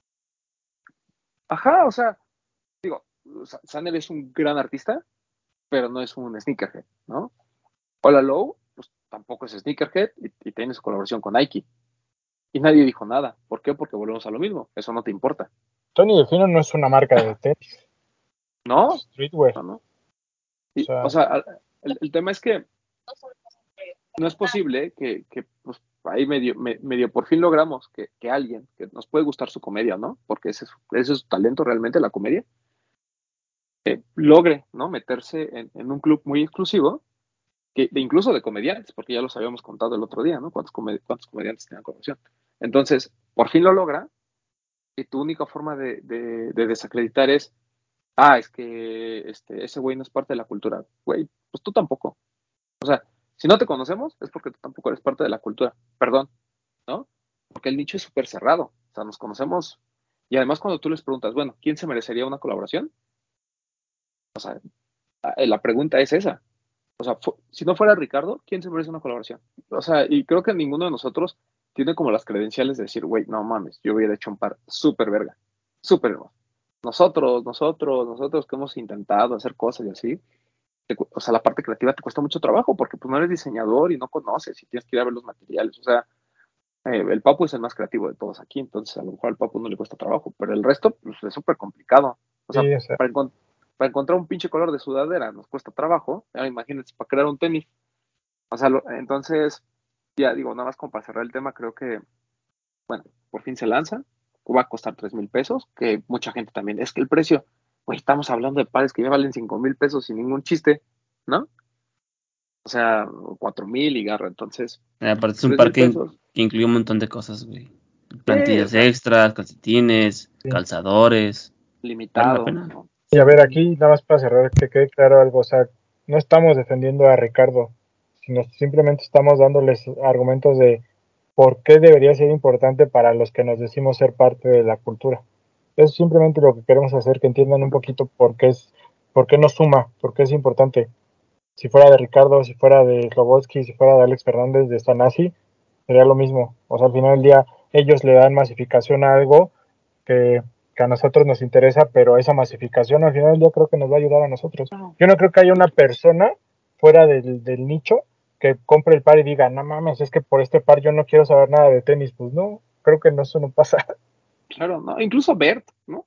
Ajá, o sea, digo, Sa- Sanner es un gran artista, pero no es un sneakerhead, ¿no? Hola, Low, pues tampoco es sneakerhead y, y tiene su colaboración con Nike. Y nadie dijo nada. ¿Por qué? Porque volvemos a lo mismo. Eso no te importa. Tony Delfino no es una marca de tenis, ¿No? es streetwear. No, no. O Y, sea, o sea, el, el tema es que no es posible que, que pues, ahí medio, me- medio por fin logramos que, que alguien, que nos puede gustar su comedia, ¿no? Porque ese es, ese es su talento realmente, la comedia, eh, logre, ¿no? Meterse en, en un club muy exclusivo, que, de incluso de comediantes, porque ya los habíamos contado el otro día, ¿no? ¿Cuántos, comed cuántos comediantes tenían conexión? Entonces, por fin lo logra, y tu única forma de, de, de desacreditar es, ah, es que este, ese güey no es parte de la cultura. Güey, pues tú tampoco. O sea, si no te conocemos, es porque tú tampoco eres parte de la cultura. Perdón, ¿no? Porque el nicho es súper cerrado. O sea, nos conocemos. Y además, cuando tú les preguntas, bueno, ¿quién se merecería una colaboración? O sea, la pregunta es esa. O sea, si no fuera Ricardo, ¿quién se merece una colaboración? O sea, y creo que ninguno de nosotros tiene como las credenciales de decir, güey, no mames, yo hubiera hecho un par súper verga, súper verga. Nosotros, nosotros, nosotros que hemos intentado hacer cosas y así, te, o sea, la parte creativa te cuesta mucho trabajo porque pues no eres diseñador y no conoces y tienes que ir a ver los materiales. O sea, eh, el Papu es el más creativo de todos aquí, entonces a lo mejor al Papu no le cuesta trabajo, pero el resto pues, es súper complicado. O sea, sí, o sea, para, encont para encontrar un pinche color de sudadera nos cuesta trabajo, ya imagínense, para crear un tenis. O sea, lo, entonces, ya digo, nada más como para cerrar el tema, creo que, bueno, por fin se lanza, va a costar tres mil pesos, que mucha gente también, es que el precio, güey, estamos hablando de pares que ya valen cinco mil pesos sin ningún chiste, ¿no? O sea, cuatro mil y garra, entonces, Eh, Aparte es un tres mil parque in- pesos. que incluye un montón de cosas, güey. Sí, o Plantillas sea, extras, calcetines, sí. calzadores. Vale la limitado, pena. ¿no? Y a ver, aquí nada más para cerrar, que quede claro algo, o sea, no estamos defendiendo a Ricardo, sino simplemente estamos dándoles argumentos de por qué debería ser importante para los que nos decimos ser parte de la cultura. Eso es simplemente lo que queremos hacer, que entiendan un poquito por qué es, por qué nos suma, por qué es importante. Si fuera de Ricardo, si fuera de Slobodsky, si fuera de Alex Fernández, de Stanasi, sería lo mismo. O sea, al final del día, ellos le dan masificación a algo que, que a nosotros nos interesa, pero esa masificación al final del día creo que nos va a ayudar a nosotros. Yo no creo que haya una persona fuera del, del nicho que compre el par y diga, no mames, es que por este par yo no quiero saber nada de tenis. Pues no, creo que no, eso no pasa. Claro, ¿no? Incluso Bert, ¿no?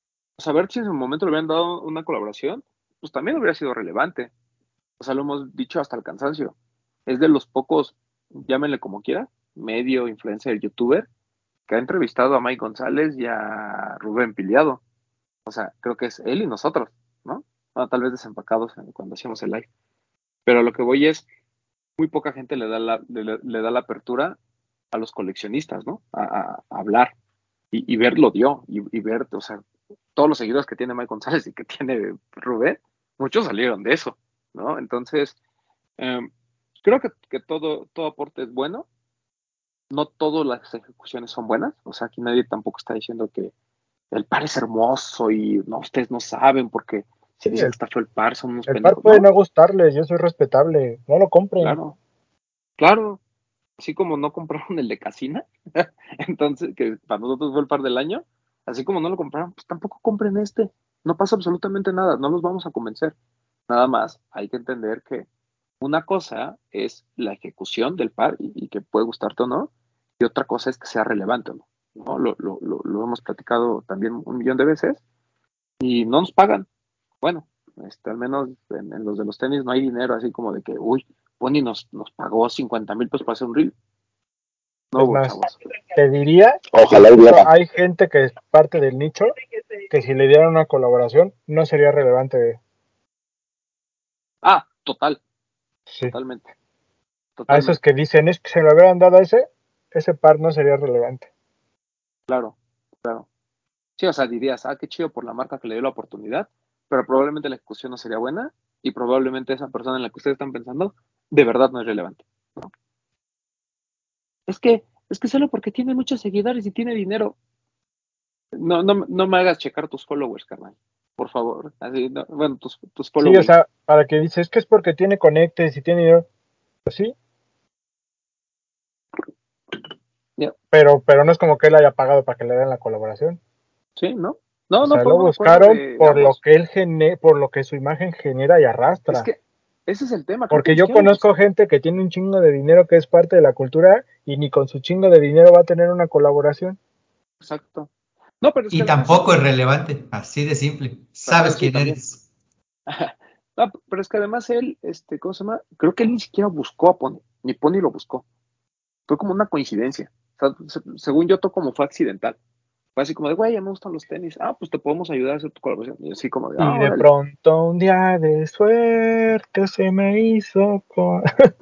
O sea, Bert, si en su momento le hubieran dado una colaboración, pues también hubiera sido relevante. O sea, lo hemos dicho hasta el cansancio. Es de los pocos, llámenle como quiera, medio influencer, youtuber, que ha entrevistado a Mike González y a Rubén Piliado. O sea, creo que es él y nosotros, ¿no? Bueno, tal vez desempacados cuando hacíamos el live. Pero lo que voy es, muy poca gente le da la, le, le da la apertura a los coleccionistas, ¿no? A, a, a hablar. Y, y ver lo dio. Y, y ver, o sea, todos los seguidores que tiene Mike González y que tiene Rubén, muchos salieron de eso, ¿no? Entonces, eh, creo que, que todo, todo aporte es bueno. No todas las ejecuciones son buenas. O sea, aquí nadie tampoco está diciendo que el par es hermoso y no, ustedes no saben porque si Sí, dicen el, que está feo el par son unos el par pendejos. puede No, no gustarles, yo soy respetable, no lo compren. claro, claro. Así como no compraron el de Casina, entonces, que para nosotros fue el par del año, así como no lo compraron, pues tampoco compren este. No pasa absolutamente nada, no los vamos a convencer. Nada más hay que entender que una cosa es la ejecución del par y, y que puede gustarte o no, y otra cosa es que sea relevante o no. ¿no? Lo, lo, lo, lo hemos platicado también un millón de veces y no nos pagan. Bueno, este, al menos en, en los de los tenis no hay dinero así como de que, uy, Pony nos, nos pagó cincuenta mil pesos para hacer un reel. No Es hubo, más, chavos. te diría Ojalá que hubiera. hay gente que es parte del nicho que si le dieran una colaboración no sería relevante. Ah, total, Sí. totalmente, A esos totalmente, que dicen es que se lo hubieran dado a ese, ese par no sería relevante. claro, claro. Sí, o sea, dirías, ah, qué chido por la marca que le dio la oportunidad, pero probablemente la ejecución no sería buena y probablemente esa persona en la que ustedes están pensando de verdad no es relevante. ¿no? Es que, es que solo porque tiene muchos seguidores y tiene dinero. No, no, no me hagas checar tus followers, carnal. Por favor. Así, no, bueno, tus, tus Sí, o following. sea, para que dices es que es porque tiene conectes y tiene dinero. Pues sí, Yeah. pero, pero no es como que él haya pagado para que le den la colaboración. Sí, ¿no? No, O no sea, fue lo un acuerdo buscaron de, de por lo ambos. que él gene, por lo que su imagen genera y Es arrastra. que ese es el tema. Creo que Porque ni yo siquiera lo conozco buscó. gente que tiene un chingo de dinero que es parte de la cultura y ni con su chingo de dinero va a tener una colaboración. Exacto. No, pero es que Y además él, tampoco es relevante, así de simple. bueno, Sabes sí, quién también. eres. No, pero es que además él, este, ¿cómo se llama? Creo que él ni siquiera buscó a Pony, ni Pony lo buscó. Fue como una coincidencia. O sea, se- según yo, todo como fue accidental. Fue así como de, güey, ya me gustan los tenis. Ah, pues te podemos ayudar a hacer tu colaboración. Y así como de, ah, Y de órale. pronto un día de suerte se me hizo con...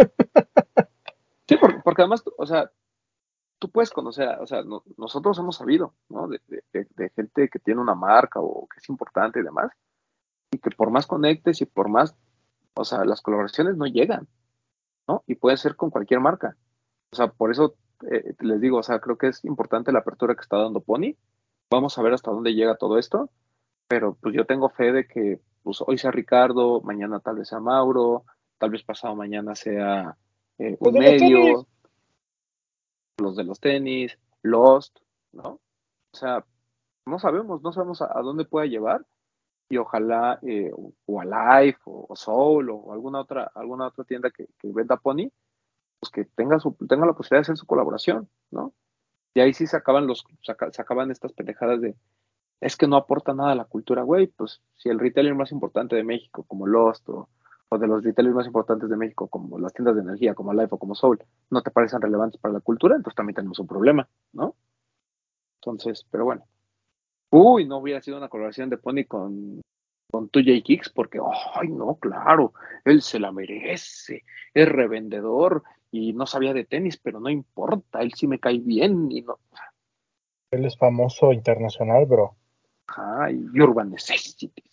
Sí, porque, porque además, o sea, tú puedes conocer, o sea, no- nosotros hemos sabido, ¿no? De, de- de- de gente que tiene una marca o que es importante y demás, y que por más conectes y por más, o sea, las colaboraciones no llegan, ¿no? Y puede ser con cualquier marca. O sea, por eso eh, les digo, o sea, creo que es importante la apertura que está dando Pony. Vamos a ver hasta dónde llega todo esto, pero pues yo tengo fe de que pues, hoy sea Ricardo, mañana tal vez sea Mauro, tal vez pasado mañana sea eh, Pues un de los tenis. medio, los de los tenis, Lost, ¿no? O sea, no sabemos, no sabemos a, a dónde puede llevar y ojalá eh, o Alive o, o Soul o alguna otra alguna otra tienda que, que venda Pony, pues que tenga su tenga la posibilidad de hacer su colaboración, ¿no? Y ahí sí se acaban los saca, se acaban estas pendejadas de es que no aporta nada a la cultura, güey, pues si el retailer más importante de México como Lost o, o de los retailers más importantes de México como las tiendas de energía como Alive o como Soul no te parecen relevantes para la cultura, entonces también tenemos un problema, ¿no? Entonces, pero bueno. Uy, no hubiera sido una colaboración de Pony con, con two J Kicks porque, ay, no, claro, él se la merece, es revendedor y no sabía de tenis, pero no importa, él sí me cae bien y no, Él es famoso internacional, bro. ay, Urban Necessities.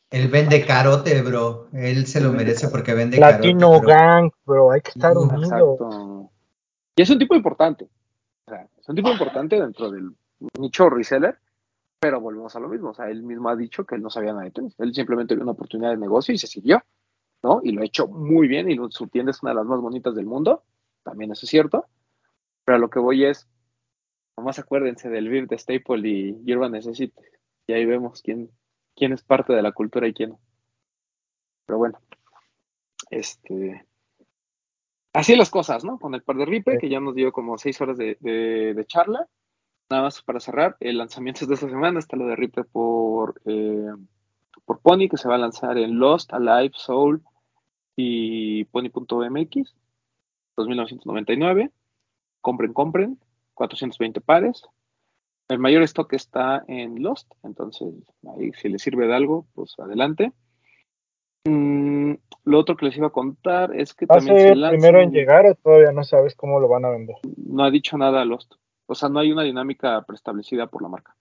Él vende carote, bro. Él se Él lo vende merece carote. porque vende Latino carote, bro. Gang, bro, hay que estar Uh, unidos. Exacto. Y es un tipo importante. O sea, es un tipo importante dentro del nicho reseller, pero volvemos a lo mismo. O sea, él mismo ha dicho que él no sabía nada de tenis. Él simplemente vio una oportunidad de negocio y se siguió, ¿no? Y lo ha hecho muy bien y su tienda es una de las más bonitas del mundo. También eso es cierto. Pero a lo que voy es, nomás acuérdense del Beer de Staple y Urban Necessity. Y ahí vemos quién, quién es parte de la cultura y quién no. Pero bueno, este... así las cosas, ¿no? Con el par de Ripe, que ya nos dio como seis horas de, de, de charla. Nada más para cerrar, el lanzamiento de esta semana está lo de Ripe por, eh, por Pony, que se va a lanzar en Lost, Alive, Soul y Pony punto M X, dos mil novecientos noventa y nueve. Compren, compren, cuatrocientos veinte pares. El mayor stock está en Lost, entonces ahí si les sirve de algo, pues adelante. Mm, lo otro que les iba a contar es que ¿Va a también se ser lanza primero en un... llegar o todavía no sabes cómo lo van a vender? No ha dicho nada Lost. O sea, no hay una dinámica preestablecida por la marca.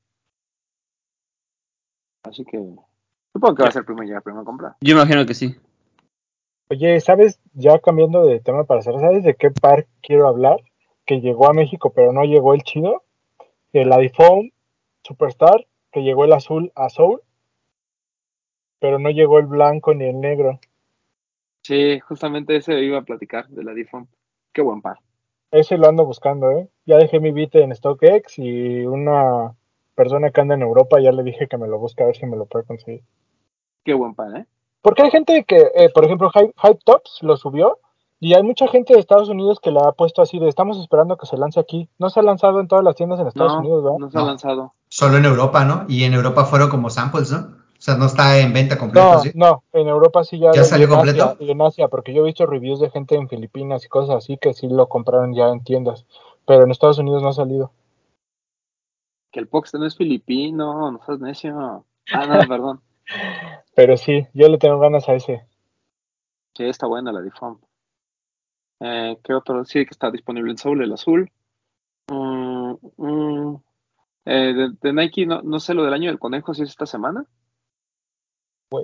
Así que supongo que va a ser primero llegar, primero comprar. Yo imagino que sí. Oye, ¿sabes? Ya cambiando de tema para hacer, ¿sabes de qué par quiero hablar? Que llegó a México, pero no llegó el chido. El iPhone Superstar, que llegó el azul a Soul, pero no llegó el blanco ni el negro. Sí, justamente ese iba a platicar de la D-Foam. Qué buen par. Ese lo ando buscando, ¿eh? Ya dejé mi Vita en StockX y una persona que anda en Europa ya le dije que me lo busque a ver si me lo puede conseguir. Qué buen par, ¿eh? Porque hay gente que, eh, por ejemplo, Hype, Hype Tops lo subió y hay mucha gente de Estados Unidos que le ha puesto así de estamos esperando que se lance aquí. No se ha lanzado en todas las tiendas en Estados No, Unidos, ¿verdad? no se ha no, lanzado. solo en Europa, ¿no? Y en Europa fueron como samples, ¿no? O sea, no está en venta completo, No, ¿sí? no, en Europa sí ya ¿Ya lo, y salió en Asia, completo? y en Asia, porque yo he visto reviews de gente en Filipinas y cosas así que sí lo compraron ya en tiendas, pero en Estados Unidos no ha salido. Que el Pox no es filipino, no seas necio. Ah, no, perdón. Pero sí, yo le tengo ganas a ese. Sí, está buena la D-Foam. Eh, ¿qué otro? Sí, que está disponible en Soul, el azul. Mm, mm, eh, de, de Nike, no, no sé lo del año del conejo, si es esta semana. Güey.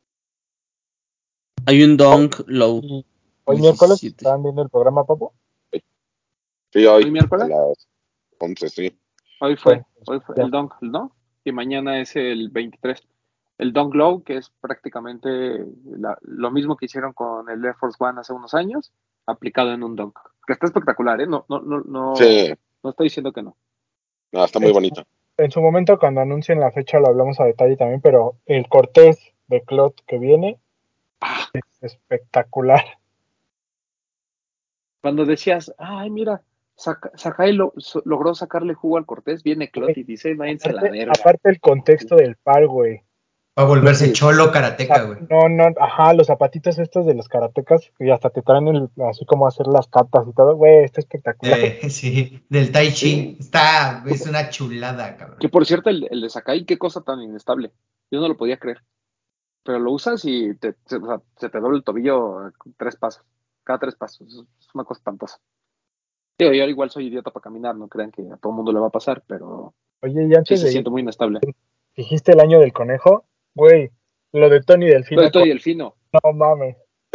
Hay un Oh, Dunk Low y hoy miércoles diecisiete. estaban viendo el programa, papu. Sí, Hoy hoy, a miércoles. las once, sí. Hoy fue, Bueno, hoy fue ya. el Dunk, ¿no? Y mañana es el veintitrés. El Dunk Low, que es prácticamente la- lo mismo que hicieron con el Air Force One hace unos años, aplicado en un Dunk. Que está espectacular, ¿eh? No, no, no, no, Sí, no estoy diciendo que no. no, está muy En, bonito. en su momento, cuando anuncien la fecha, lo hablamos a detalle también, pero el Cortés de Clot que viene Ah, es espectacular. cuando decías, ay, mira, Saca- Sakai lo- so- logró sacarle jugo al Cortés, viene Clot Güey, y dice, váyanse a la aparte, verga. aparte el contexto del par, güey. Va a volverse Sí, cholo karateca, Zap- güey. No, no, ajá, los zapatitos estos de los karatecas y hasta te traen el, así como hacer las catas y todo, güey, está espectacular. Eh, sí, del Tai Chi. sí. Está, es una chulada, cabrón. Que por cierto, el, el de Sakai, qué cosa tan inestable. Yo no lo podía creer. Pero lo usas y te, se, o sea, se te dobla el tobillo tres pasos, cada tres pasos. Es una cosa espantosa. Digo, yo igual soy idiota para caminar, no crean que a todo el mundo le va a pasar, pero Oye, y sí antes se de ir, siente muy inestable. dijiste el año del conejo, güey, lo de Tony Lo de Delfino todo con, y el fino, no mames,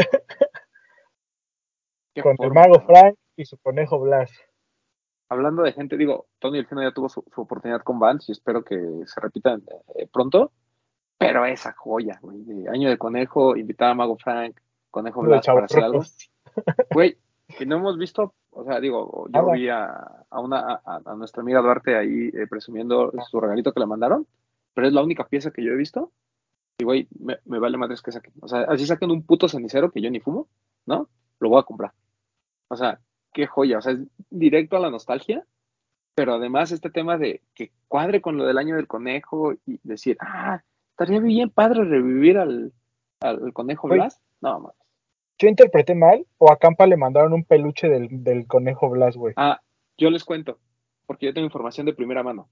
qué con el forma, mago cabrón. Frank y su conejo Blas. Hablando de gente, digo, Tony Delfino ya tuvo su, su oportunidad con Vans y espero que se repita eh, pronto, pero esa joya, güey, de Año de Conejo, invitar a Mago Frank, Conejo De Blas para hacer algo. chavorrucos. Güey, y no hemos visto, o sea, digo, yo Nada. vi a, a una a, a nuestra amiga Duarte ahí eh, presumiendo su regalito que le mandaron, pero es la única pieza que yo he visto. Y güey, me, me vale madres que saquen. O sea, así saquen un puto cenicero que yo ni fumo, ¿no? Lo voy a comprar. O sea, qué joya. O sea, es directo a la nostalgia, pero además este tema de que cuadre con lo del año del conejo y decir, ah, estaría bien padre revivir al, al conejo Güey, Blas. No, mames. ¿yo interpreté mal o a Campa le mandaron un peluche del, del conejo Blas, güey? Ah, yo les cuento, porque yo tengo información de primera mano.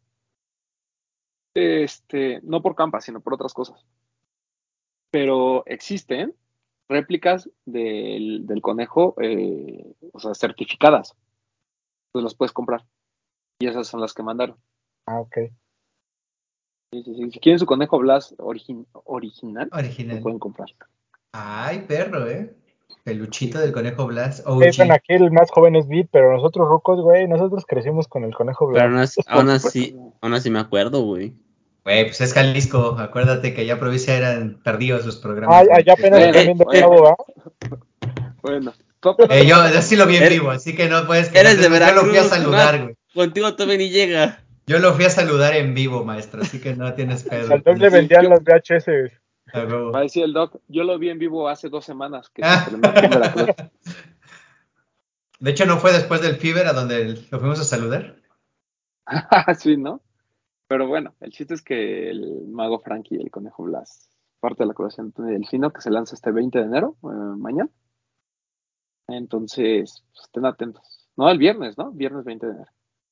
Este, no por Campa, sino por otras cosas. Pero existen réplicas del, del conejo, eh, o sea, certificadas. Entonces las puedes comprar. Y esas son las que mandaron. Ah, ok. Sí, sí, sí. Si quieren su conejo Blas origin- original, lo Original. pueden comprar. Ay, perro, ¿eh? Peluchito del conejo Blas, Eh, bueno, O G. aquí el más joven es Beat, pero nosotros rucos, güey, nosotros crecimos con el conejo Pero Blas. aún así, Por aún supuesto. así, aún así me acuerdo, güey. Güey, pues es Jalisco. Acuérdate que ya provincia eran tardíos los Ah, programas. de- allá apenas Eh, están eh, viendo el eh, chavo, ¿va? Bueno, tú apenas Eh, lo yo vas a yo sí lo vi en conocer. vivo, así que no puedes Eres quejarte. de Es más, yo lo fui a Veracruz, saludar, carnal. güey. Contigo todavía ni llega. Yo lo fui a saludar en vivo, maestro, así que no tienes Al pedo Doc con le eso. Sí, vendían yo, las V H S. A va a huevo. decir el Doc, yo lo vi en vivo hace dos semanas que se Ah. estrenó aquí en Veracruz. De hecho, ¿no fue después del Fever a donde lo fuimos a saludar? Sí, ¿no? Pero bueno, el chiste es que el mago Frankie y el conejo Blas, parte de la colección de Delfino, que se lanza este veinte de enero, eh, mañana. Entonces, pues, estén atentos. No, el viernes, ¿no? Viernes veinte de enero.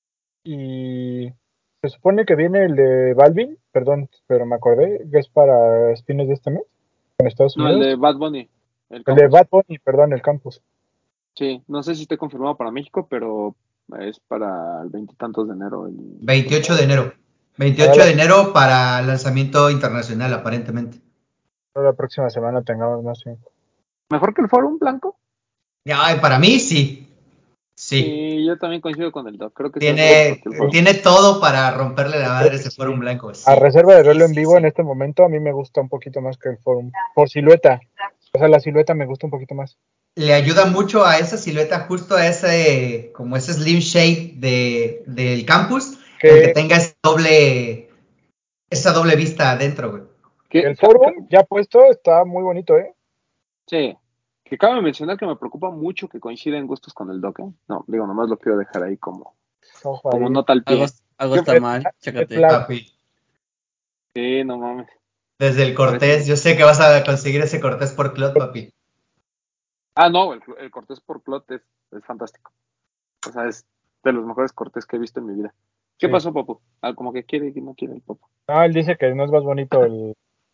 Y se supone que viene el de Balvin, perdón, pero me acordé que es para fines de este mes en Estados No, el Unidos. de Bad Bunny, el El de campus. Bad Bunny, perdón, el campus. Sí, no sé si esté confirmado para México, pero es para el veintitantos de enero. El, veintiocho de enero. Para veintiocho la, de enero para lanzamiento internacional, aparentemente. para la próxima semana tengamos más info. ¿Mejor que el Forum Blanco? Ay, para mí sí. Sí. Sí, yo también coincido con el Doc. Creo que sí va a ser mejor Tiene, que el Forum. tiene todo para romperle la Yo creo madre a que ese sí. Forum Blanco. A Sí, reserva de sí, verlo en sí, vivo en sí. este momento, a mí me gusta un poquito más que el Forum. Por silueta. O sea, la silueta me gusta un poquito más. Le ayuda mucho a esa silueta, justo a ese, como ese slim shape de, del campus, el que Que tenga esa doble, esa doble vista adentro, güey. Que, el ca- ca- Forum ya puesto está muy bonito, ¿eh? sí, que cabe mencionar que me preocupa mucho que coinciden gustos con el Doc, ¿eh? No, digo, nomás lo quiero dejar ahí como, Ojo como ahí. nota al Algo, pie. algo ¿Qué? está Red, mal, red chécate. flag. Papi. Sí, no mames. Desde el Parece. Cortés, yo sé que vas a conseguir ese Cortés por Clot, papi. Ah, no, el, el Cortés por Clot es, es fantástico. O sea, es de los mejores Cortés que he visto en mi vida. ¿Qué Sí. pasó, Popo? Ah, como que quiere y no quiere el Popo. Ah, él dice que no es más bonito el.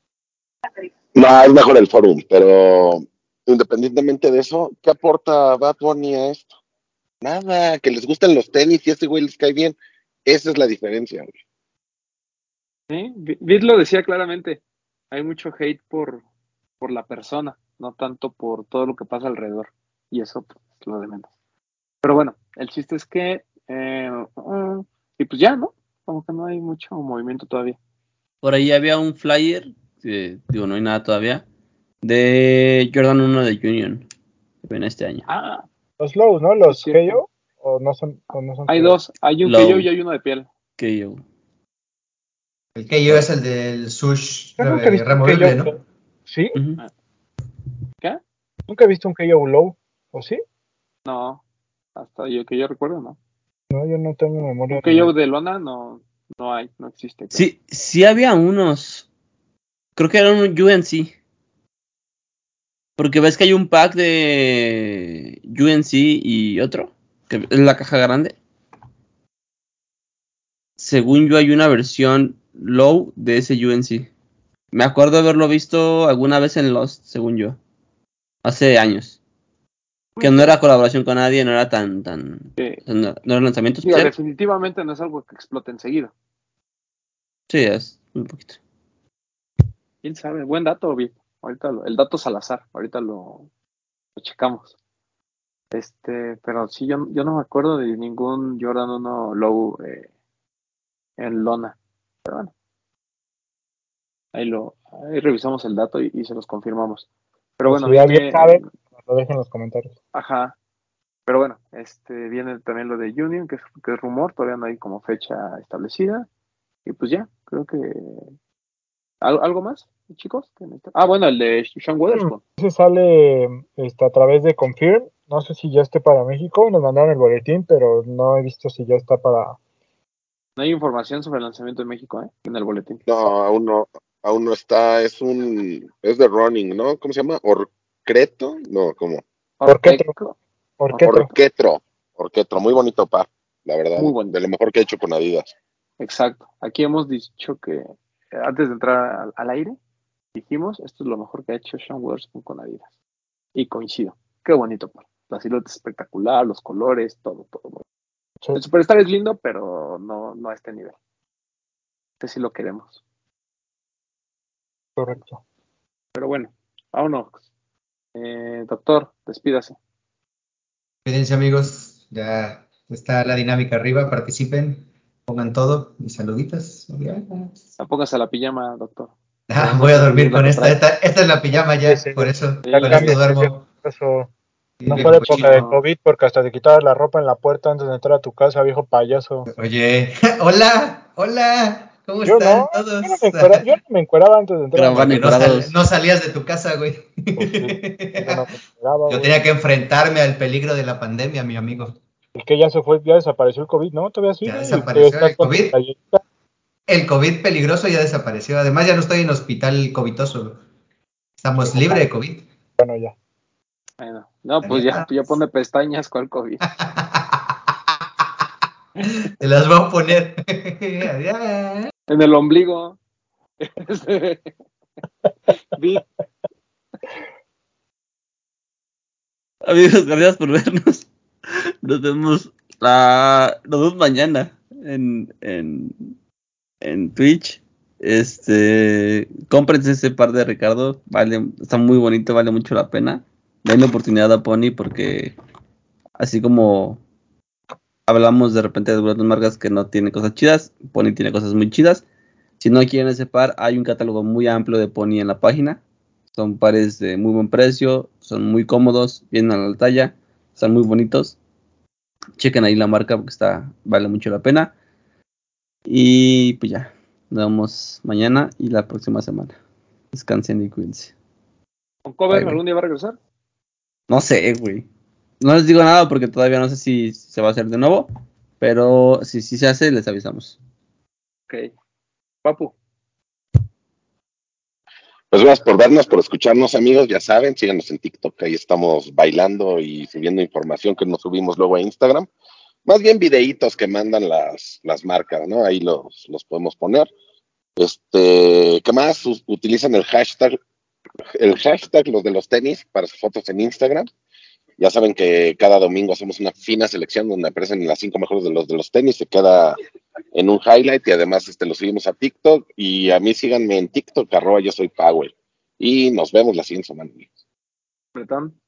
No, es mejor el Forum, pero independientemente de eso, ¿qué aporta Bad Bunny a esto? Nada, que les gustan los tenis y este güey les cae bien. Esa es la diferencia, güey. Sí, Vi- Vid lo decía claramente. Hay mucho hate por, por la persona, no tanto por todo lo que pasa alrededor. Y eso, pues, es lo de menos. Pero bueno, el chiste es que. eh, uh, y pues ya, ¿no? Como que no hay mucho movimiento todavía. Por ahí había un flyer, que, digo, no hay nada todavía, de Jordan uno de Union, que viene este año. Ah, Los lows, ¿no? sí, es Los cierto. K O. O no son, o no son Hay K O. dos. Hay un que yo Low, y hay uno de piel. que yo. El que yo es el del sush Yo nunca he re- visto un K O removible, ¿no? low. ¿Sí? Ujú. Ah, ¿qué? Nunca he visto un K O low. ¿O sí? No. Hasta yo que yo recuerdo, no. No, yo no tengo memoria Un de nada. que yo de lona no, no hay, no existe. Creo. Sí, sí había unos, creo que eran un U N C, porque ves que hay un pack de U N C y otro, que es la caja grande. Según yo hay una versión low de ese U N C. Me acuerdo haberlo visto alguna vez en Lost, según yo, hace años. Que no era colaboración con nadie, no era tan, tan, Sí. o sea, no, no era lanzamiento Digo, especial. definitivamente no es algo que explote enseguida. Sí, es un poquito. ¿Quién sabe? Buen dato, Vic. Ahorita lo- el dato Salazar, ahorita lo, lo checamos. Este, pero sí, yo, yo no me acuerdo de ningún Jordan uno Low eh, en lona. Pero bueno, ahí lo, ahí revisamos el dato y, y se los confirmamos. Pero Pues bueno, si alguien viene, sabe, lo dejen en los comentarios. ajá, pero bueno, este viene también lo de Union, que es, que es rumor, todavía no hay como fecha establecida. Y pues ya, creo que ¿Al- ¿algo más, chicos? ¿Que necesitan? Ah, bueno, el de Sean Mm, Weatherspoon. Ese sale este, a través de Confirm. No sé si ya esté para México. Nos mandaron el boletín, pero no he visto si ya está para. No hay información sobre el lanzamiento de México, ¿eh? En el boletín. No, aún no, aún no está, es un, es de running, ¿no? ¿Cómo se llama? ¿Orcreto? No, ¿cómo? Orquetro. Orquecro. Orquetro. Orquecro. Orquetro, Orquetro, muy bonito par, la verdad, Muy de bonito. lo mejor que he hecho con Adidas. Exacto. Aquí hemos dicho que eh, antes de entrar al, al aire, dijimos, esto es lo mejor que ha hecho Sean Weatherspoon con Adidas. Y coincido. Qué bonito, par. La silueta es espectacular, los colores, todo, todo. Sí. El Superstar es lindo, pero no, no a este nivel. Este sí lo queremos. Correcto. Pero bueno, vámonos. Eh, doctor, despídase. Cuídense, amigos. Ya está la dinámica arriba. Participen. Pongan todo. Mis saluditas. Póngase la pijama, doctor. Ah, No voy a se dormir olvide la con que esta. trae. Esta, esta es la pijama ya. Sí, sí, Por eso, Sí, Ya con cambia, esto porque duermo. eso Sí, no viejo fue época de cochino. COVID porque hasta te quitabas la ropa en la puerta antes de entrar a tu casa, viejo payaso. Oye, hola, hola. ¿Cómo Yo no, están yo no todos? me encuera, yo no me encueraba antes de entrar a mi Graban Porque no, encuerados. sal- no salías de tu casa, güey. Pues sí, yo no me encueraba, Yo güey. tenía que enfrentarme al peligro de la pandemia, mi amigo. El que ya se fue, ya desapareció el COVID, ¿no? Todavía Ya sigue y todavía desapareció estás el con tu COVID. playerita. El COVID peligroso ya desapareció. Además, ya no estoy en hospital covidoso. Estamos Viejo libres de payaso. COVID. Bueno, ya. Bueno, no, La pues ya, neta. ya pone pestañas con el COVID. Te las voy a poner. Adiós. En el ombligo. Este, vi- Amigos, gracias por vernos. Nos vemos, la, nos vemos mañana en, en, en Twitch. Este, cómprense ese par de Ricardo, vale, está muy bonito, vale mucho la pena. Denle oportunidad a Pony porque así como hablamos de repente de algunas marcas que no tienen cosas chidas, Pony tiene cosas muy chidas. Si no quieren ese par, hay un catálogo muy amplio de Pony en la página. Son pares de muy buen precio, son muy cómodos, vienen a la talla, están muy bonitos. Chequen ahí la marca porque está, vale mucho la pena. Y pues ya, nos vemos mañana y la próxima semana. Descansen y cuídense. ¿Con Bye, cover güey. algún día va a regresar? No sé, güey. No les digo nada porque todavía no sé si se va a hacer de nuevo. Pero si sí se hace, les avisamos. Ok. Papu. Pues gracias por vernos, por escucharnos, amigos. Ya saben, síganos en TikTok. Ahí estamos bailando y subiendo información que nos subimos luego a Instagram. Más bien videitos que mandan las, las marcas, ¿no? Ahí los, los podemos poner. Este, ¿qué más? U- utilizan el hashtag, el hashtag los de los tenis para sus fotos en Instagram. Ya saben que cada domingo hacemos una fina selección donde aparecen las cinco mejores de los de los tenis. Se queda en un highlight y además este, lo subimos a TikTok. Y a mí síganme en TikTok, arroba yo soy Powell. Y nos vemos la siguiente semana. Bretón.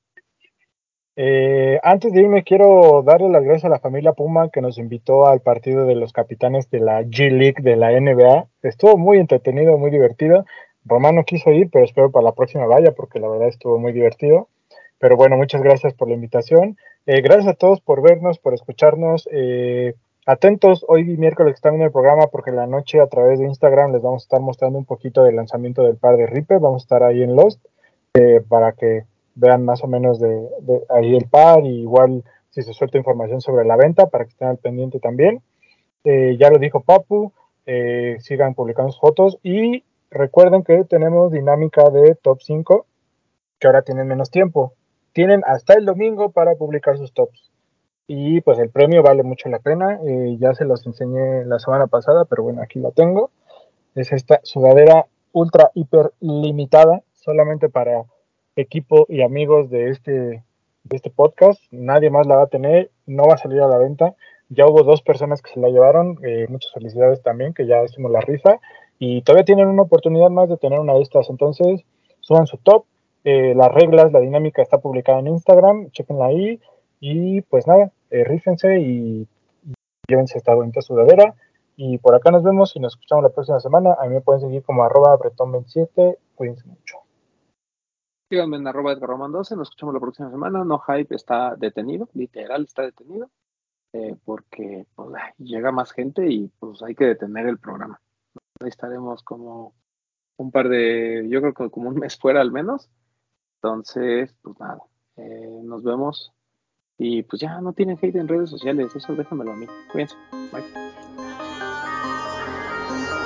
Eh, antes de irme, quiero darle las gracias a la familia Puma que nos invitó al partido de los capitanes de la G League de la N B A. Estuvo muy entretenido, muy divertido. Román no quiso ir, pero espero para la próxima vaya porque la verdad estuvo muy divertido. Pero bueno, muchas gracias por la invitación. Eh, gracias a todos por vernos, por escucharnos. Eh, atentos, hoy miércoles están en el programa porque en la noche a través de Instagram les vamos a estar mostrando un poquito del lanzamiento del par de Reaper. Vamos a estar ahí en Lost eh, para que vean más o menos de, de ahí el par y igual si se suelta información sobre la venta para que estén al pendiente también. Eh, ya lo dijo Papu, eh, sigan publicando sus fotos y recuerden que tenemos dinámica de top cinco que ahora tienen menos tiempo. Tienen hasta el domingo para publicar sus tops. Y pues el premio vale mucho la pena. Eh, ya se los enseñé la semana pasada, pero bueno, aquí la tengo. Es esta sudadera ultra hiper limitada, solamente para equipo y amigos de este, de este podcast. Nadie más la va a tener, no va a salir a la venta. Ya hubo dos personas que se la llevaron, eh, muchas felicidades también, que ya hicimos la rifa. Y todavía tienen una oportunidad más de tener una de estas. Entonces, suban su top. Eh, las reglas, la dinámica está publicada en Instagram, chequenla ahí. Y pues nada, eh, rífense y llévense esta bonita sudadera. Y por acá nos vemos y nos escuchamos la próxima semana. A mí me pueden seguir como arroba bretón veintisiete. Cuídense mucho. Síganme en arroba Edgar Román doce. Nos escuchamos la próxima semana. No Hype está detenido, literal está detenido. Eh, porque pues, ay, llega más gente y pues hay que detener el programa. Ahí estaremos como un par de, yo creo que como un mes fuera al menos. Entonces, pues nada, eh, nos vemos. Y pues ya no tienen hate en redes sociales, eso déjamelo a mí. Cuídense. Bye.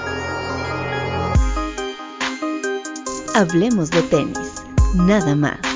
Hablemos de tenis, nada más.